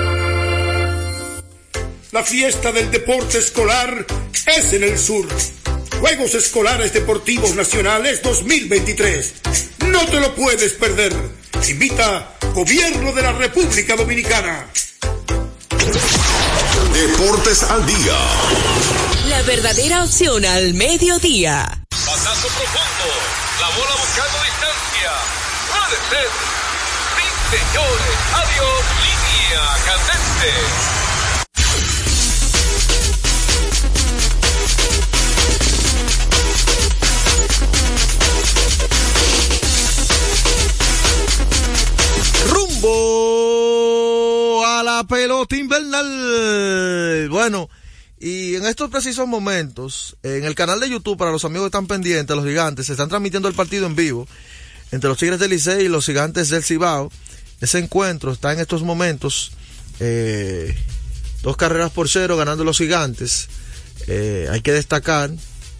La fiesta del deporte escolar es en el sur. Juegos Escolares Deportivos Nacionales dos mil veintitrés. No te lo puedes perder. Invita Gobierno de la República Dominicana. Deportes al día. La verdadera opción al mediodía. Batazo profundo. La bola buscando distancia. Puede ser. Sí, señores. Adiós. Línea candente. Rumbo a la pelota invernal. Bueno, y en estos precisos momentos, en el canal de YouTube, para los amigos que están pendientes, los gigantes, se están transmitiendo el partido en vivo entre los Tigres del Licey y los Gigantes del Cibao. Ese encuentro está en estos momentos, eh, dos carreras por cero ganando los Gigantes. Eh, hay que destacar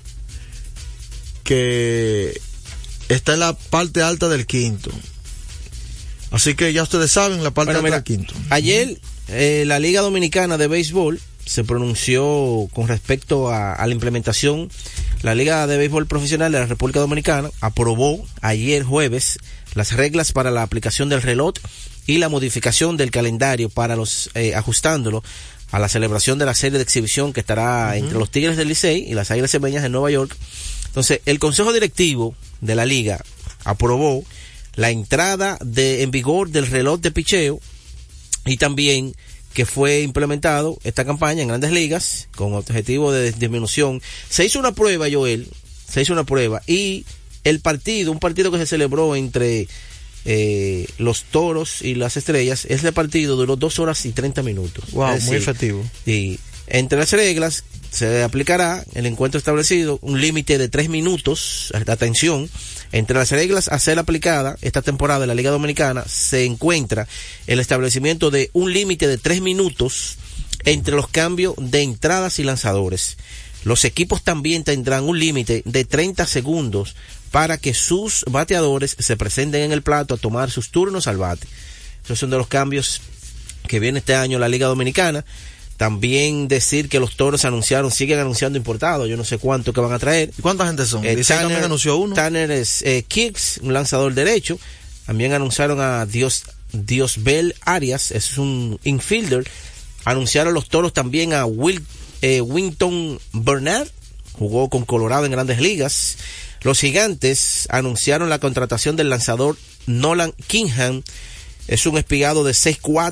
que está en la parte alta del quinto. Así que ya ustedes saben, la parte Bueno, alta mira, del quinto. Ayer eh, la Liga Dominicana de Béisbol se pronunció con respecto a, a la implementación. La Liga de Béisbol Profesional de la República Dominicana aprobó ayer jueves las reglas para la aplicación del reloj y la modificación del calendario para los eh, ajustándolo a la celebración de la serie de exhibición que estará uh-huh. entre los Tigres del Licey y las Águilas Cibaeñas de Nueva York. Entonces, el Consejo Directivo de la Liga aprobó la entrada de en vigor del reloj de picheo y también que fue implementado esta campaña en Grandes Ligas con objetivo de disminución. Se hizo una prueba, Joel, se hizo una prueba y el partido, un partido que se celebró entre eh, los Toros y las Estrellas, ese partido duró dos horas y treinta minutos. Wow, es muy decir, efectivo. Y entre las reglas se aplicará el encuentro establecido un límite de tres minutos. Atención, entre las reglas a ser aplicada esta temporada en la Liga Dominicana se encuentra el establecimiento de un límite de tres minutos entre los cambios de entradas y lanzadores. Los equipos también tendrán un límite de treinta segundos para que sus bateadores se presenten en el plato a tomar sus turnos al bate. Esos son de los cambios que viene este año en la Liga Dominicana. También decir que los Toros anunciaron, siguen anunciando importados, yo no sé cuánto que van a traer. ¿Y cuánta gente son? Eh, Dice Tanner, también anunció uno. Tanner es, eh, Kicks, un lanzador derecho. También anunciaron a Dios, Diosbel Arias, es un infielder. Anunciaron los Toros también a Will, eh, Winton Bernard, jugó con Colorado en Grandes Ligas. Los Gigantes anunciaron la contratación del lanzador Nolan Kingham, es un espigado de seis cuatro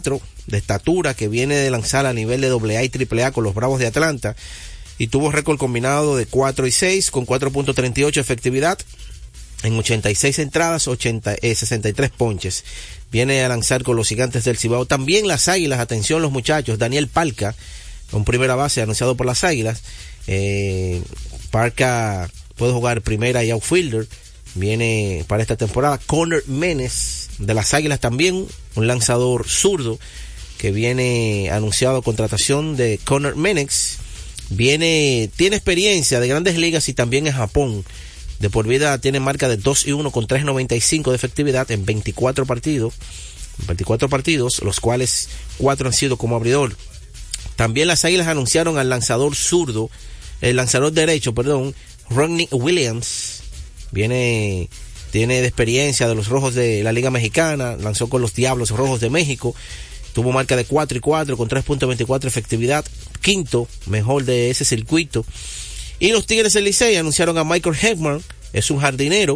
de estatura, que viene de lanzar a nivel de doble A y triple A con los Bravos de Atlanta, y tuvo récord combinado de cuatro y seis con cuatro punto treinta y ocho efectividad en ochenta y seis entradas, ochenta, eh, sesenta y tres ponches. Viene a lanzar con los Gigantes del Cibao. También las Águilas, atención los muchachos, Daniel Palca, un primera base anunciado por las Águilas. Eh, Palca puede jugar primera y outfielder, viene para esta temporada. Connor Menes de las Águilas también, un lanzador zurdo que viene anunciado contratación de Connor Menes. Viene, tiene experiencia de grandes ligas y también en Japón. De por vida tiene marca de dos y uno con tres noventa y cinco de efectividad en veinticuatro partidos, veinticuatro partidos, los cuales cuatro han sido como abridor. También las Águilas anunciaron al lanzador zurdo, el lanzador derecho, perdón, Rodney Williams. Viene, tiene de experiencia de los Rojos de la Liga Mexicana, lanzó con los Diablos Rojos de México, tuvo marca de cuatro y cuatro con tres punto veinticuatro efectividad, quinto mejor de ese circuito. Y los Tigres del Licey anunciaron a Michael Heckman, es un jardinero.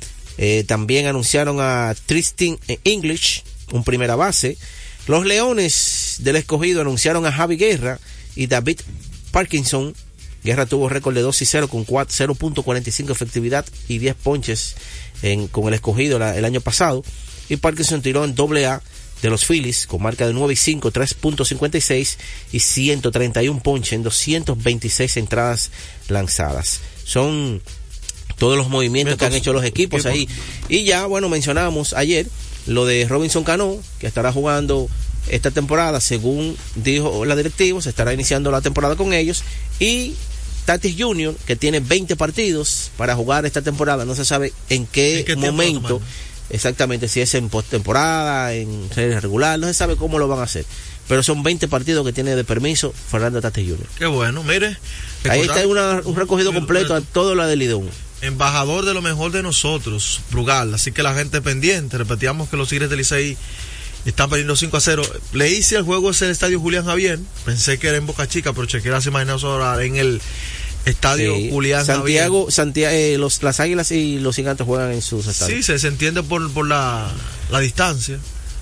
Eh, también anunciaron a Tristan English, un primera base. Los Leones del Escogido anunciaron a Javi Guerra y David Parkinson. Guerra tuvo récord de dos y cero con cero punto cuarenta y cinco efectividad y diez ponches en, con el Escogido la, el año pasado. Y Parkinson tiró en doble A de los Phillies con marca de nueve y cinco, tres punto cincuenta y seis y ciento treinta y uno ponches en doscientas veintiséis entradas lanzadas. Son todos los movimientos que han hecho los equipos ahí. Y ya, bueno, mencionamos ayer lo de Robinson Cano, que estará jugando esta temporada, según dijo la directiva, se estará iniciando la temporada con ellos. Y Tatis junior, que tiene veinte partidos para jugar esta temporada, no se sabe en qué, ¿En qué momento exactamente, si es en postemporada, en serie regular, no se sabe cómo lo van a hacer. Pero son veinte partidos que tiene de permiso Fernando Tatis junior Qué bueno, mire. Ahí está una, un recogido completo a todo lo de Lidón. Embajador de lo mejor de nosotros, Brugal. Así que la gente pendiente. Repetíamos que los Tigres del Licey están perdiendo cinco a cero. Le hice el juego ese en el estadio Julián Javier. Pensé que era en Boca Chica, pero chequeé las imágenes ahora en el estadio sí. Julián Santiago, Javier. Santiago, eh, los, las Águilas y los Gigantes juegan en sus estadios. Sí, se, se entiende por, por la, la distancia.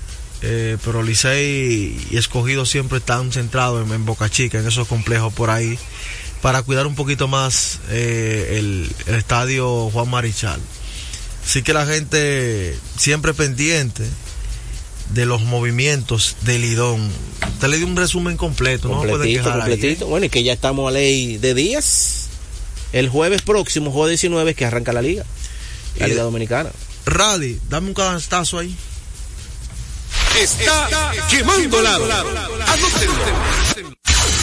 Eh, pero Licey y Escogido siempre están centrados en, en Boca Chica, en esos complejos por ahí, para cuidar un poquito más eh, el, el estadio Juan Marichal. Así que la gente siempre pendiente de los movimientos de Lidón. Usted le dio un resumen completo, completito, no puede quejar completito. Ahí, ¿eh? Bueno, y que ya estamos a ley de días. El jueves próximo, jueves diecinueve, que arranca la liga, la y Liga Dominicana. Rally, dame un canastazo ahí. Está, está quemando lado. Anótenlo.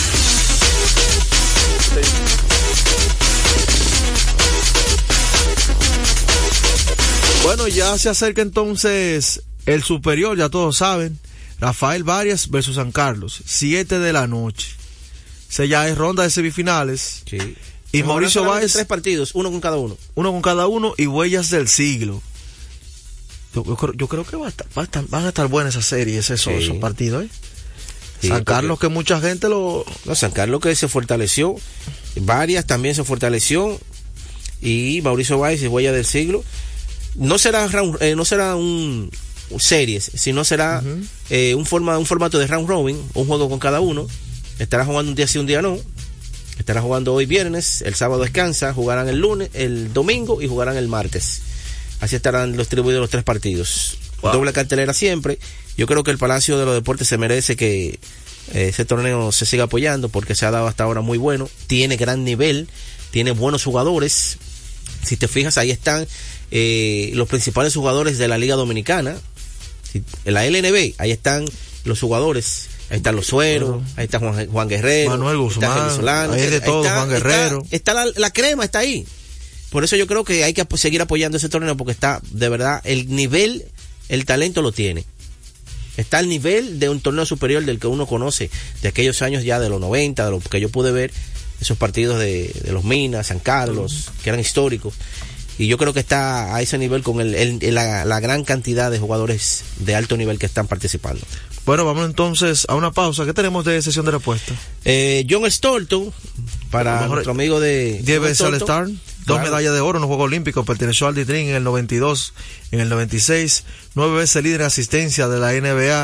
Bueno, ya se acerca entonces el superior, ya todos saben. Rafael Varias versus San Carlos, siete de la noche. Se ya es ronda de semifinales. Sí. Y Nos Mauricio Báez. Tres partidos, uno con cada uno. Uno con cada uno y huellas del siglo. Yo, yo, creo, yo creo que va a estar, va a estar, van a estar buenas esas series, esos, sí. esos partidos, ¿eh? Sí, San Carlos, porque, que mucha gente lo... No, San Carlos que se fortaleció, Varias también se fortaleció, y Mauricio Báez y huella del siglo. No será round, eh, no será un, un series, sino será uh-huh. eh, un, forma, un formato de round robin, un juego con cada uno. Estará jugando un día sí, un día no. Estará jugando hoy viernes, el sábado descansa, jugarán el lunes, el domingo y jugarán el martes. Así estarán distribuidos los tres partidos. Wow. Doble cartelera siempre. Yo creo que el Palacio de los Deportes se merece que eh, ese torneo se siga apoyando, porque se ha dado hasta ahora muy bueno. Tiene gran nivel, tiene buenos jugadores. Si te fijas, ahí están eh, los principales jugadores de la Liga Dominicana. Si, en la L N B, ahí están los jugadores. Ahí están los Sueros, uh-huh. ahí está Juan, Juan Guerrero, Manuel Guzmán, Solano, ahí es de todo, está, Juan Guerrero. Está, está la, la crema, está ahí. Por eso yo creo que hay que seguir apoyando ese torneo, porque está, de verdad, el nivel, el talento lo tiene. Está al nivel de un torneo superior del que uno conoce, de aquellos años ya de los noventa, de lo que yo pude ver, esos partidos de, de los Minas, San Carlos, que eran históricos. Y yo creo que está a ese nivel con el, el, la, la gran cantidad de jugadores de alto nivel que están participando. Bueno, vamos entonces a una pausa. ¿Qué tenemos de sesión de respuesta? Eh, John Stolton, para mejor, nuestro amigo de... diez veces All-Star, dos claro. medallas de oro en los Juegos Olímpicos, perteneció al D-Dream en el noventa y dos, en el noventa y seis, nueve veces líder en asistencia de la N B A,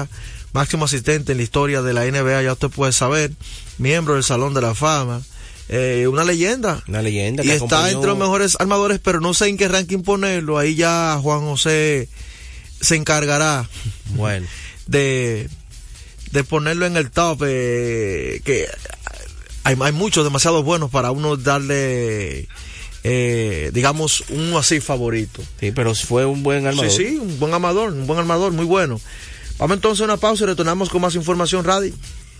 máximo asistente en la historia de la N B A, ya usted puede saber, miembro del Salón de la Fama, eh, una leyenda. Una leyenda. Y que está acompañó... entre los mejores armadores, pero no sé en qué ranking ponerlo, ahí ya Juan José se encargará. Bueno. de, de ponerlo en el top, eh, que hay, hay muchos demasiado buenos para uno darle, eh, digamos, uno así favorito. Sí, pero fue un buen armador. Sí, sí, un buen armador, un buen armador, muy bueno. Vamos entonces a una pausa y retornamos con más información, Radi.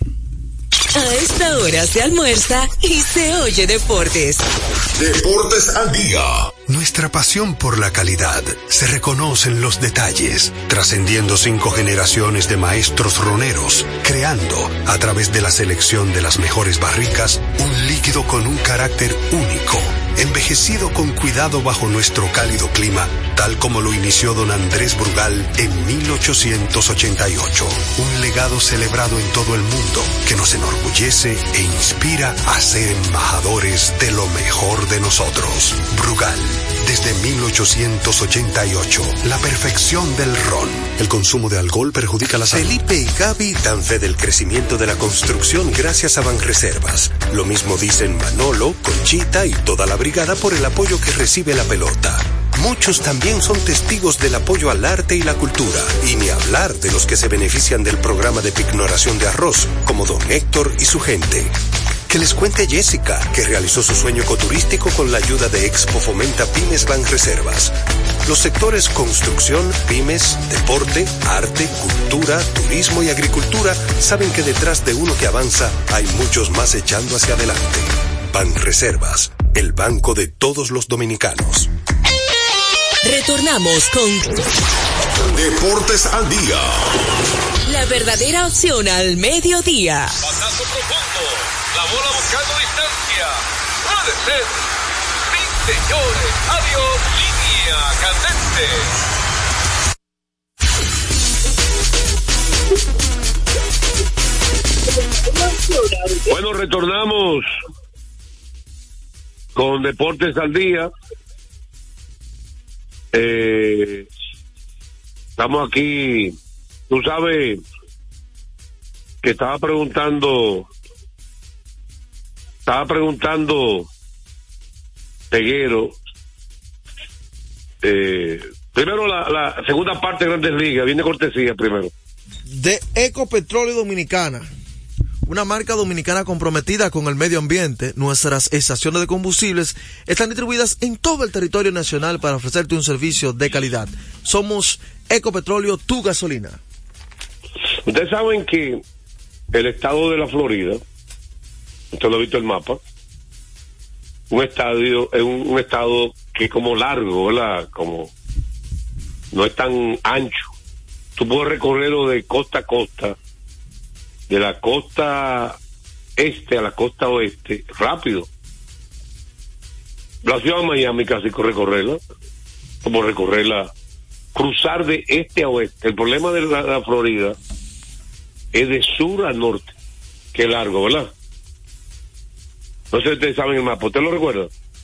A esta hora se almuerza y se oye deportes. Deportes al día. Nuestra pasión por la calidad se reconoce en los detalles, trascendiendo cinco generaciones de maestros roneros, creando, a través de la selección de las mejores barricas, un líquido con un carácter único, envejecido con cuidado bajo nuestro cálido clima, tal como lo inició don Andrés Brugal en mil ochocientos ochenta y ocho. Un legado celebrado en todo el mundo que nos enorgullece e inspira a ser embajadores de lo mejor de nosotros. Brugal, desde mil ochocientos ochenta y ocho, la perfección del ron. El consumo de alcohol perjudica la salud. Felipe y Gaby dan fe del crecimiento de la construcción gracias a Banreservas. Lo mismo dicen Manolo, Conchita y toda la brigada por el apoyo que recibe la pelota. Muchos también son testigos del apoyo al arte y la cultura, y ni hablar de los que se benefician del programa de pignoración de arroz, como don Héctor y su gente. Que les cuente Jessica, que realizó su sueño ecoturístico con la ayuda de Expo Fomenta Pymes Banreservas. Los sectores construcción, pymes, deporte, arte, cultura, turismo y agricultura saben que detrás de uno que avanza hay muchos más echando hacia adelante. Banreservas, el banco de todos los dominicanos. Retornamos con Deportes al día. La verdadera opción al mediodía. Batazo profundo. La bola buscando distancia. Puede ser. Sí, señores. Adiós. Línea candente. Bueno, retornamos con Deportes al Día. Eh, estamos aquí. Tú sabes que estaba preguntando, estaba preguntando Peguero. Eh, primero la, la segunda parte de Grandes Ligas, viene cortesía primero. De Ecopetróleo Dominicana, una marca dominicana comprometida con el medio ambiente. Nuestras estaciones de combustibles están distribuidas en todo el territorio nacional para ofrecerte un servicio de calidad. Somos Ecopetróleo, tu gasolina. Ustedes saben que el estado de la Florida, usted lo ha visto en el mapa, un estadio, es un, un estado que es como largo, ¿verdad? Como no es tan ancho. Tú puedes recorrerlo de costa a costa, de la costa este a la costa oeste, rápido. La ciudad de Miami casi recorrerla, como recorrerla, cruzar de este a oeste. El problema de la, la Florida es de sur a norte, que es largo, ¿verdad? No sé si ustedes saben el mapa, ¿usted lo recuerda?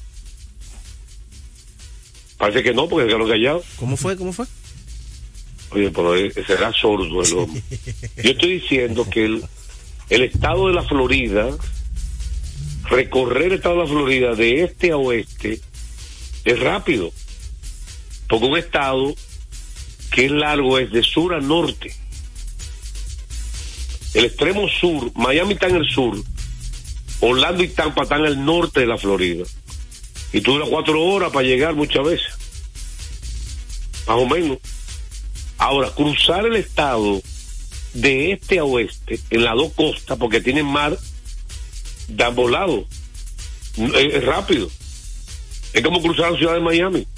Parece que no, porque se quedó callado. ¿Cómo fue? ¿Cómo fue? Oye, pero será sordo el hombre. Yo estoy diciendo que el, el estado de la Florida, recorrer el estado de la Florida de este a oeste es rápido, porque un estado que es largo es de sur a norte. El extremo sur, Miami está en el sur, Orlando y Tampa están al norte de la Florida, y tú duras cuatro horas para llegar muchas veces, más o menos. Ahora, cruzar el estado de este a oeste, en las dos costas, porque tienen mar de ambos lados, es, es rápido. Es como cruzar la ciudad de Miami,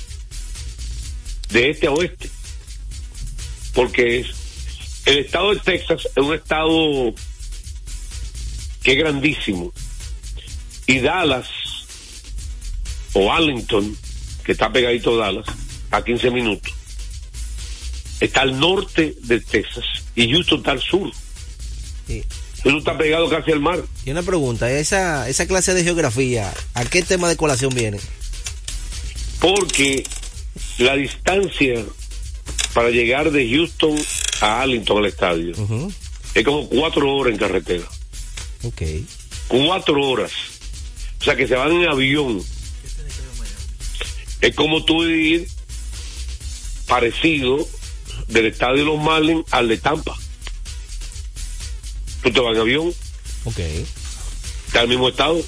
de este a oeste, porque es, el estado de Texas es un estado que es grandísimo, y Dallas, o Arlington, que está pegadito a Dallas, a quince minutos, está al norte de Texas, y Houston está al sur. Sí. Houston está pegado casi al mar. Y una pregunta, esa esa clase de geografía, ¿a qué tema de colación viene? Porque la distancia para llegar de Houston a Arlington al estadio, uh-huh. es como cuatro horas en carretera. Ok. Cuatro horas. O sea que se van en avión. Es como tú ir parecido del estadio de los Marlins al de Tampa. Tú te vas en avión. Ok. Está en el mismo estado.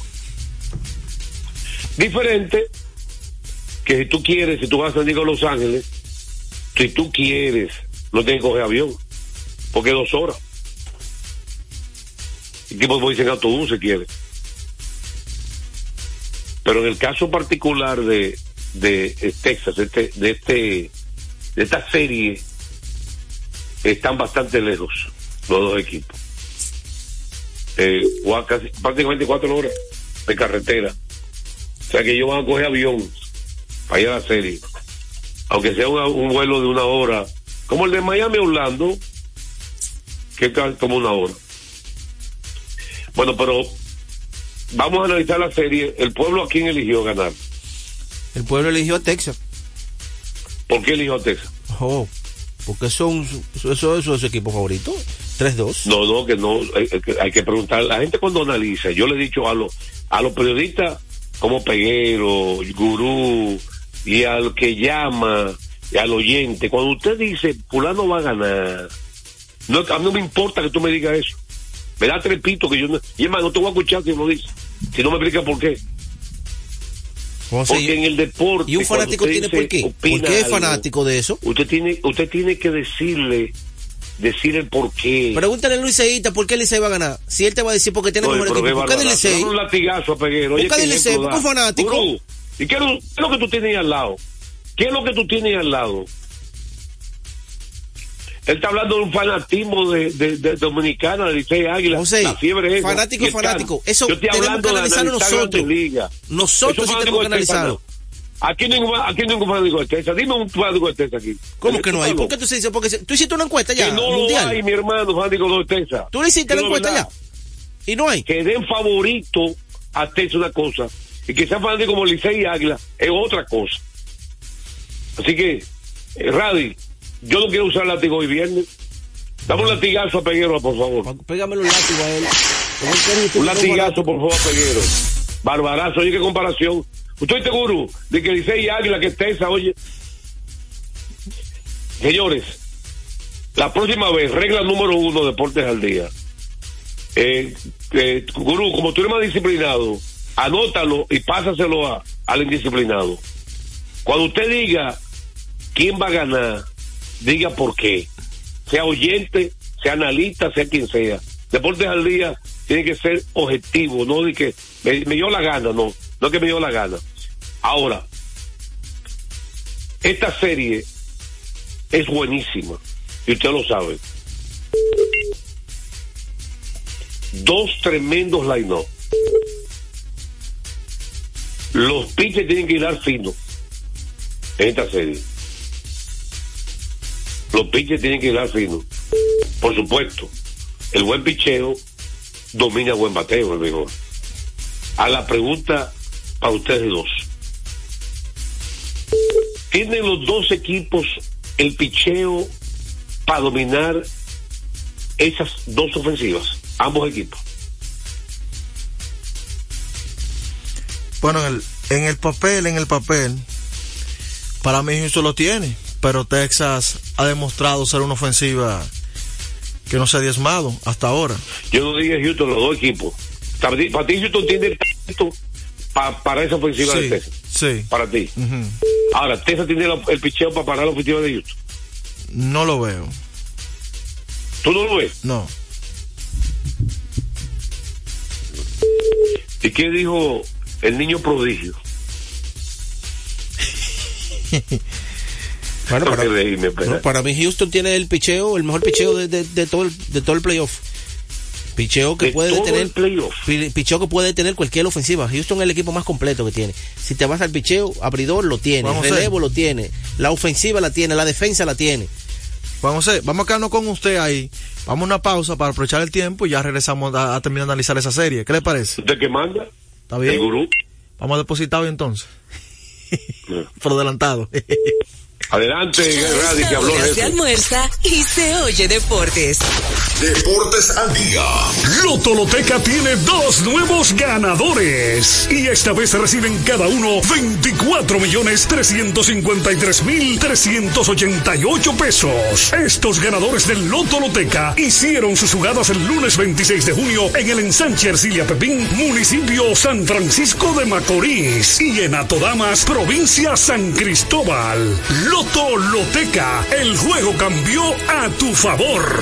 Diferente que si tú quieres, si tú vas a San Diego a Los Ángeles, si tú quieres, no tienes que coger avión, porque es dos horas. El tipo puede ir en autobús si quiere. Pero en el caso particular de, de, de Texas, este, de este, de esta serie, están bastante lejos los dos equipos. Eh, casi, prácticamente cuatro horas de carretera. O sea que ellos van a coger avión para ir a la serie, aunque sea una, un vuelo de una hora, como el de Miami a Orlando, que es como una hora. Bueno, pero vamos a analizar la serie. ¿El pueblo a quién eligió ganar? El pueblo eligió a Texas. ¿Por qué eligió a Texas? Oh, porque son eso es su equipo favorito. tres dos. No, no, que no, hay, hay que preguntar. La gente cuando analiza, yo le he dicho a los a los periodistas como Peguero, Gurú, y al que llama, y al oyente, cuando usted dice, fulano va a ganar, no, a mí no me importa que tú me digas eso. Me da trepito que yo no, y es más, no te voy a escuchar si lo dice, si no me explica por qué. Porque en el deporte, ¿y un fanático tiene por qué? ¿Por qué es fanático de eso? Usted tiene, usted tiene que decirle, decir el por qué. Pregúntale al Liceísta por qué el Licey va a ganar. Si él te va a decir porque tiene el mejor equipo. ¿Por qué del Licey? Un latigazo a Peguero. ¿Por qué del Licey? ¿Por qué un fanático? Gurú, ¿y qué es, lo, qué es lo que tú tienes al lado? ¿Qué es lo que tú tienes al lado? Él está hablando de un fanatismo de, de, de Dominicana, de Licey Águila, José, la fiebre esa. Fanático, fanático. Eso yo estoy tenemos que analizarlo nosotros. Nosotros sí tenemos que analizarlo. Aquí no hay ningún fanático de Texas. Dime un fanático de Texas aquí. ¿Cómo que no hay? ¿Por qué tú dices? Porque tú hiciste una encuesta ya. Que no mundial. Lo hay, mi hermano, fanático de Texas. ¿Tú le hiciste la encuesta ya? ¿Y no hay? Que den favorito a Texas una cosa. Y que sea fanático como Licey y Águila es otra cosa. Así que, eh, Radi, yo no quiero usar látigo hoy viernes. Dame un latigazo a Peguero, por favor. Pégame un látigo a él. Un latigazo, por favor, a Peguero. Barbarazo, oye, qué comparación. ¿Usted está seguro de que Licey y Águila, que Texas, oye? Señores, la próxima vez, regla número uno, Deportes al Día. Eh, eh, Gurú, como tú eres más disciplinado, anótalo y pásaselo a, al indisciplinado. Cuando usted diga quién va a ganar, diga por qué. Sea oyente, sea analista, sea quien sea. Deportes al Día tiene que ser objetivo, no de que me, me dio la gana, no, no que me dio la gana. Ahora, esta serie es buenísima y usted lo sabe. Dos tremendos line-up. Los pitchers tienen que ir al fino en esta serie. Los pitchers tienen que ir al fino. Por supuesto, el buen picheo domina el buen bateo, el mejor. A la pregunta para ustedes dos. ¿Tienen los dos equipos el picheo para dominar esas dos ofensivas? Ambos equipos. Bueno, en el, en el papel, en el papel, para mí Houston lo tiene, pero Texas ha demostrado ser una ofensiva que no se ha diezmado hasta ahora. Yo no dije Houston, los dos equipos. Para ti, para ti Houston tiene el talento pa, para esa ofensiva sí, de Texas. Sí. Para ti. Uh-huh. Ahora, Texas tiene la, el picheo para parar la ofensiva de Houston. No lo veo. ¿Tú no lo ves? No. ¿Y qué dijo el niño prodigio? Bueno, para, reírme, no, para mí Houston tiene el picheo, el mejor picheo de, de, de todo el de todo el playoff. Picheo que de puede tener playoff. Picheo que puede tener cualquier ofensiva. Houston es el equipo más completo que tiene. Si te vas al picheo, abridor lo tiene, vamos relevo lo tiene, la ofensiva la tiene, la defensa la tiene. Vamos a, vamos a quedarnos con usted ahí. Vamos a una pausa para aprovechar el tiempo y ya regresamos a, a terminar de analizar esa serie. ¿Qué le parece? ¿Usted qué manda? ¿Está bien? ¿El gurú? Vamos a depositar hoy entonces. No. Por adelantado. Adelante, Radi, que habló Ahora se almuerza y se oye deportes. Deportes al día. Lotoloteca tiene dos nuevos ganadores. Y esta vez reciben cada uno veinticuatro millones trescientos cincuenta y tres mil trescientos ochenta y ocho pesos. Estos ganadores del Lotoloteca hicieron sus jugadas el lunes veintiséis de junio en el ensanche Ercilia Pepín, municipio San Francisco de Macorís, y en Atodamas, provincia San Cristóbal. Lotoloteca, el juego cambió a tu favor.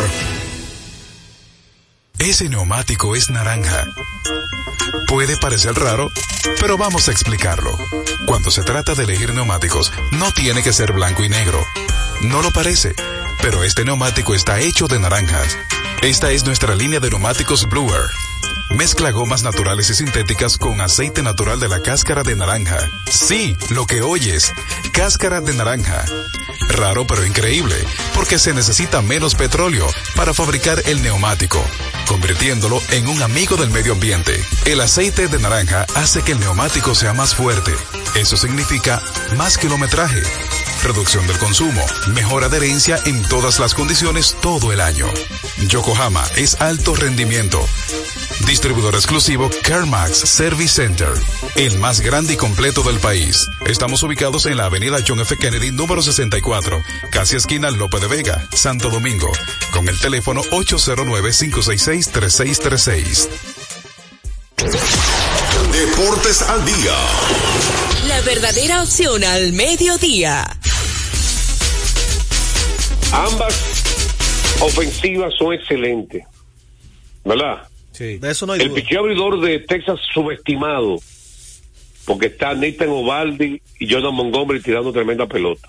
Ese neumático es naranja. Puede parecer raro, pero vamos a explicarlo. Cuando se trata de elegir neumáticos, no tiene que ser blanco y negro. No lo parece, pero este neumático está hecho de naranjas. Esta es nuestra línea de neumáticos Blue Air. Mezcla gomas naturales y sintéticas con aceite natural de la cáscara de naranja. Sí, lo que oyes, cáscara de naranja. Raro pero increíble, porque se necesita menos petróleo para fabricar el neumático, convirtiéndolo en un amigo del medio ambiente. El aceite de naranja hace que el neumático sea más fuerte. Eso significa más kilometraje, reducción del consumo, mejor adherencia en todas las condiciones todo el año. Yokohama es alto rendimiento. Distribuidor exclusivo CarMax Service Center, el más grande y completo del país. Estamos ubicados en la avenida John F. Kennedy, número sesenta y cuatro, casi esquina Lope de Vega, Santo Domingo, con el teléfono ocho cero nueve, cinco seis seis, tres seis tres seis. Deportes al día. La verdadera opción al mediodía. Ambas ofensivas son excelentes, ¿verdad? Sí. De eso no hay el duda. picheo abridor de Texas subestimado, porque está Nathan Ovaldi y Jordan Montgomery tirando tremenda pelota.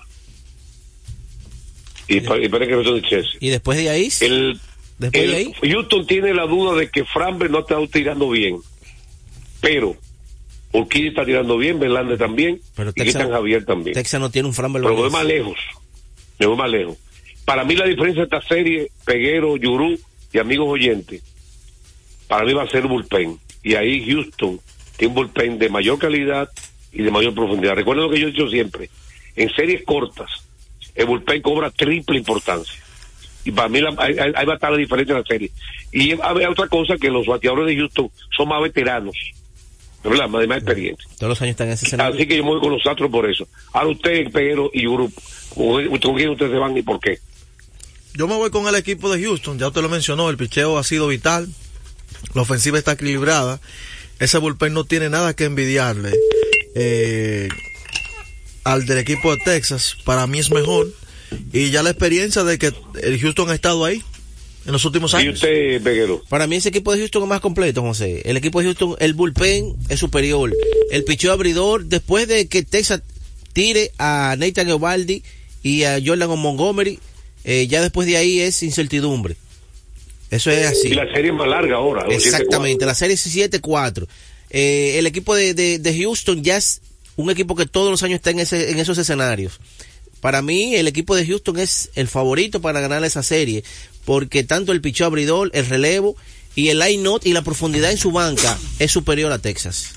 Y, pa, y parece que no son de Chelsea. ¿Y después de ahí? El, ¿Después el de ahí? Houston tiene la duda de que Framber no ha estado tirando bien, pero Urquidy está tirando bien, Verlander también, pero y Cristian Javier también. Texas no tiene un Framber. Pero me voy más lejos, me voy más lejos. Para mí la diferencia de esta serie, Peguero, Yurú y amigos oyentes, para mí va a ser bullpen. Y ahí Houston tiene un bullpen de mayor calidad y de mayor profundidad. Recuerden lo que yo he dicho siempre, en series cortas, el bullpen cobra triple importancia. Y para mí la, hay, hay va a estar la diferencia en la serie. Y hay otra cosa, que los bateadores de Houston son más veteranos, ¿verdad? Más de más experiencia. Todos los años están en ese escenario. Así que yo me voy con los Astros por eso. Ahora usted, Peguero y Yurú, ¿con quién ustedes se van y por qué? Yo me voy con el equipo de Houston, ya usted lo mencionó, el picheo ha sido vital, la ofensiva está equilibrada, ese bullpen no tiene nada que envidiarle eh, al del equipo de Texas, para mí es mejor, y ya la experiencia de que el Houston ha estado ahí en los últimos años. ¿Y usted, Peguero? Para mí ese equipo de Houston es más completo, José. El equipo de Houston, el bullpen es superior, el picheo abridor, después de que Texas tire a Nathan Eovaldi y a Jordan Montgomery, Eh, ya después de ahí es incertidumbre. Eso es así. Y la serie es más larga ahora. Exactamente, la serie es siete cuatro. Eh, el equipo de, de, de Houston ya es un equipo que todos los años está en, ese, en esos escenarios. Para mí, el equipo de Houston es el favorito para ganar esa serie, porque tanto el picheo abridor, el relevo y el line-out y la profundidad en su banca es superior a Texas.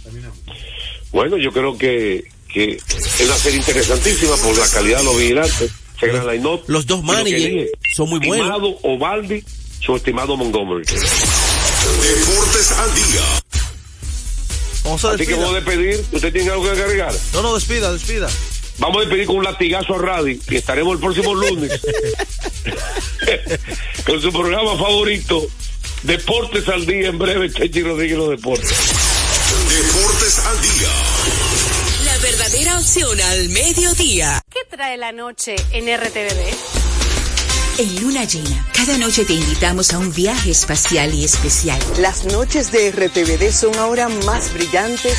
Bueno, yo creo que, que es una serie interesantísima por la calidad de los vigilantes. Los, los dos managers son muy buenos. Estimado Ovaldi, su estimado Montgomery. Deportes al día. Vamos a Así que vamos a despedir. ¿Usted tiene algo que agregar? No, no, despida, despida. Vamos a despedir con un latigazo a Radi y estaremos el próximo lunes con su programa favorito, Deportes al Día. En breve, Chechi Rodríguez, los deportes. Deportes al Día. La verdadera opción al mediodía. ¿Qué trae la noche en R T V D? En Luna Llena, cada noche te invitamos a un viaje espacial y especial. Las noches de R T V D son ahora más brillantes.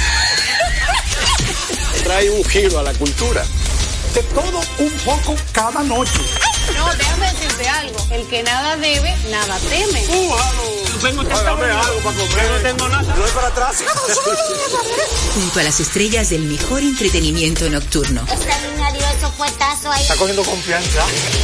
Trae un giro a la cultura. De todo un poco cada noche. No, déjame decirte algo. El que nada debe, nada teme. Uh, tengo que Págame algo para comer. Yo no tengo nada. Yo voy para atrás. Junto a las estrellas del mejor entretenimiento nocturno. Esta niña dio esos puestazos ahí. Está cogiendo confianza.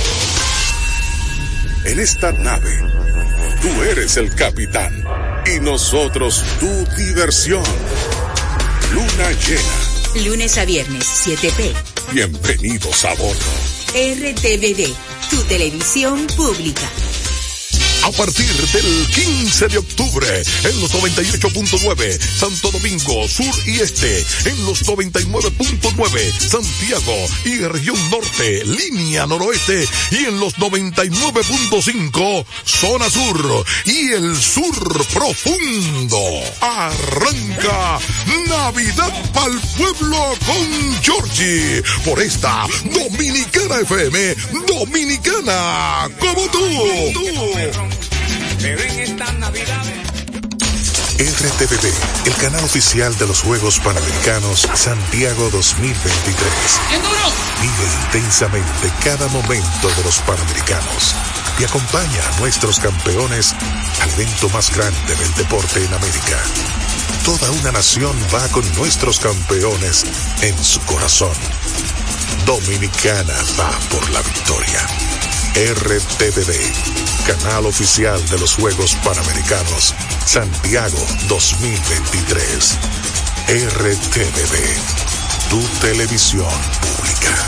En esta nave, tú eres el capitán y nosotros tu diversión. Luna Llena. Lunes a viernes, siete p Bienvenidos a bordo. R T V D, tu televisión pública. A partir del quince de octubre, en los noventa y ocho punto nueve, Santo Domingo, Sur y Este, en los noventa y nueve punto nueve, Santiago y región norte, línea noroeste, y en los noventa y nueve punto cinco, zona sur y el sur profundo. Arranca Navidad pa'l pueblo con Georgie, por esta Dominicana F M, dominicana como tú. Me ven estas navidades. R T V D, el canal oficial de los Juegos Panamericanos Santiago dos mil veintitrés. Vive intensamente cada momento de los Panamericanos y acompaña a nuestros campeones al evento más grande del deporte en América. Toda una nación va con nuestros campeones en su corazón. Dominicana va por la victoria. R T V D, canal oficial de los Juegos Panamericanos Santiago dos mil veintitrés. R T V D, tu televisión pública.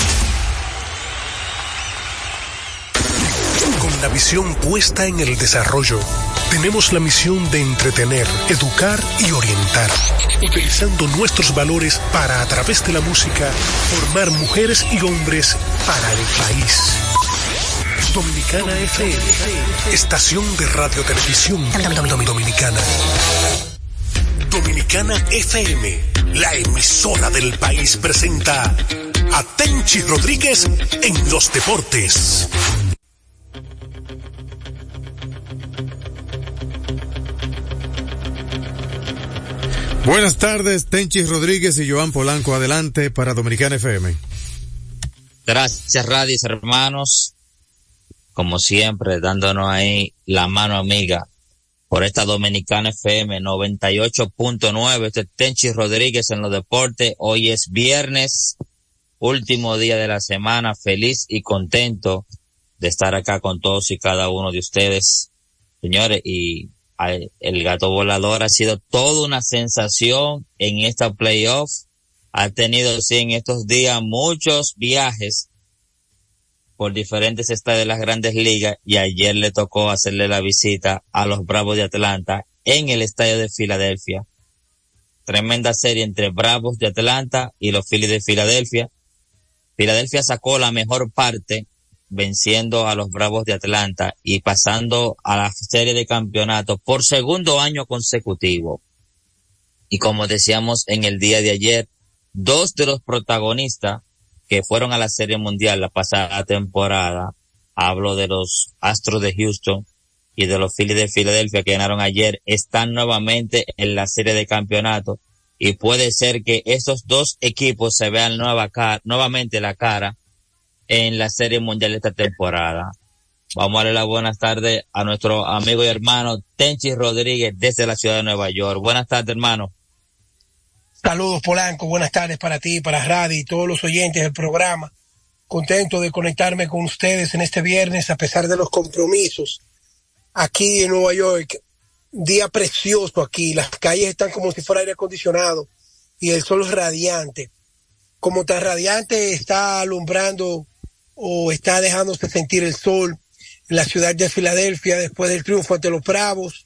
Con la visión puesta en el desarrollo, tenemos la misión de entretener, educar y orientar, utilizando nuestros valores para, a través de la música, formar mujeres y hombres para el país. Dominicana F M, estación de radio televisión dominicana. Dominicana F M, la emisora del país, presenta a Tenchi Rodríguez en los deportes. Buenas tardes, Tenchi Rodríguez y Joan Polanco, adelante para Dominicana F M. Gracias, Radis, hermanos. Como siempre, dándonos ahí la mano amiga por esta Dominicana F M noventa y ocho punto nueve. Este es Tenchi Rodríguez en los deportes. Hoy es viernes, último día de la semana. Feliz y contento de estar acá con todos y cada uno de ustedes, señores. Y el gato volador ha sido toda una sensación en esta playoff. Ha tenido, sí, en estos días muchos viajes por diferentes estadios de las grandes ligas, y ayer le tocó hacerle la visita a los Bravos de Atlanta en el estadio de Filadelfia. Tremenda serie entre Bravos de Atlanta y los Phillies de Filadelfia. Filadelfia sacó la mejor parte venciendo a los Bravos de Atlanta y pasando a la serie de campeonato por segundo año consecutivo. Y como decíamos en el día de ayer, dos de los protagonistas que fueron a la Serie Mundial la pasada temporada, hablo de los Astros de Houston y de los Phillies de Filadelfia que ganaron ayer, están nuevamente en la serie de campeonato, y puede ser que esos dos equipos se vean nueva cara, nuevamente la cara en la Serie Mundial de esta temporada. Vamos a darle las buenas tardes a nuestro amigo y hermano Tenchi Rodríguez desde la ciudad de Nueva York. Buenas tardes, hermano. Saludos, Polanco, buenas tardes para ti, para Radi y todos los oyentes del programa. Contento de conectarme con ustedes en este viernes a pesar de los compromisos. Aquí en Nueva York, día precioso aquí, las calles están como si fuera aire acondicionado y el sol es radiante. Como tan radiante está alumbrando o está dejándose sentir el sol en la ciudad de Filadelfia después del triunfo ante los Bravos.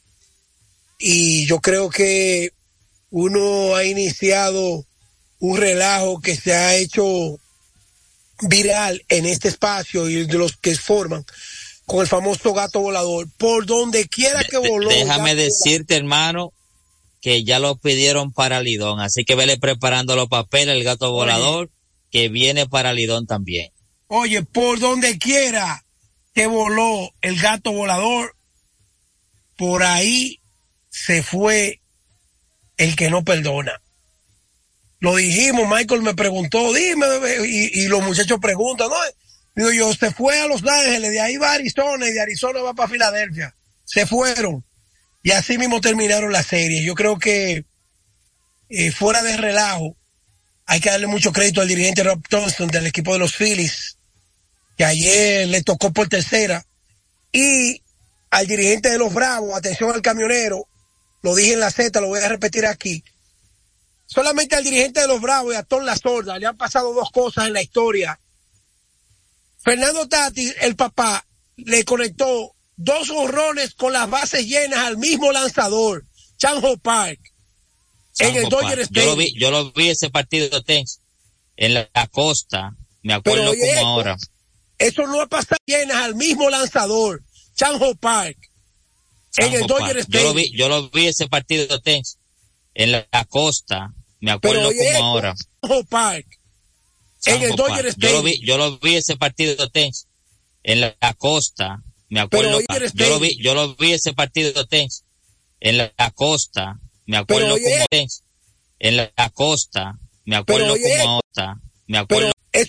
Y yo creo que uno ha iniciado un relajo que se ha hecho viral en este espacio y de los que forman con el famoso gato volador. Por donde quiera que voló. Déjame decirte, hermano, que ya lo pidieron para Lidón, así que vele preparando los papeles el gato volador, que viene para Lidón también. Oye, por donde quiera que voló el gato volador, por ahí se fue el que no perdona. Lo dijimos, Michael me preguntó, dime, y, y los muchachos preguntan, ¿no? Digo yo, se fue a Los Ángeles, de ahí va a Arizona, y de Arizona va para Filadelfia. Se fueron. Y así mismo terminaron la serie. Yo creo que, eh, fuera de relajo, hay que darle mucho crédito al dirigente Rob Thompson del equipo de los Phillies, que ayer le tocó por tercera, y al dirigente de los Bravos, atención al camionero, lo dije en la Z, lo voy a repetir aquí, solamente al dirigente de los Bravos y a Tom La Sorda le han pasado dos cosas en la historia. Fernando Tatis, el papá, le conectó dos honrones con las bases llenas al mismo lanzador, Chanjo Park, en el Dodger Stadium. Yo lo vi, yo lo vi ese partido tenso en la, la costa, me acuerdo Pero, como eso, ahora. Eso no ha pasado llenas al mismo lanzador, Chanjo Park, en el Dodger Stadium. Yo lo vi, yo lo vi ese partido tenso en la, la costa, me acuerdo Pero, como eso, ahora. Chanjo Park, en el Dodger Stadium. Yo lo vi, yo lo vi ese partido tenso en la, la costa, me acuerdo. Yo lo vi, yo lo vi ese partido tenso en la, la costa, me acuerdo como tenso en la, la costa, me acuerdo como ahora, me acuerdo.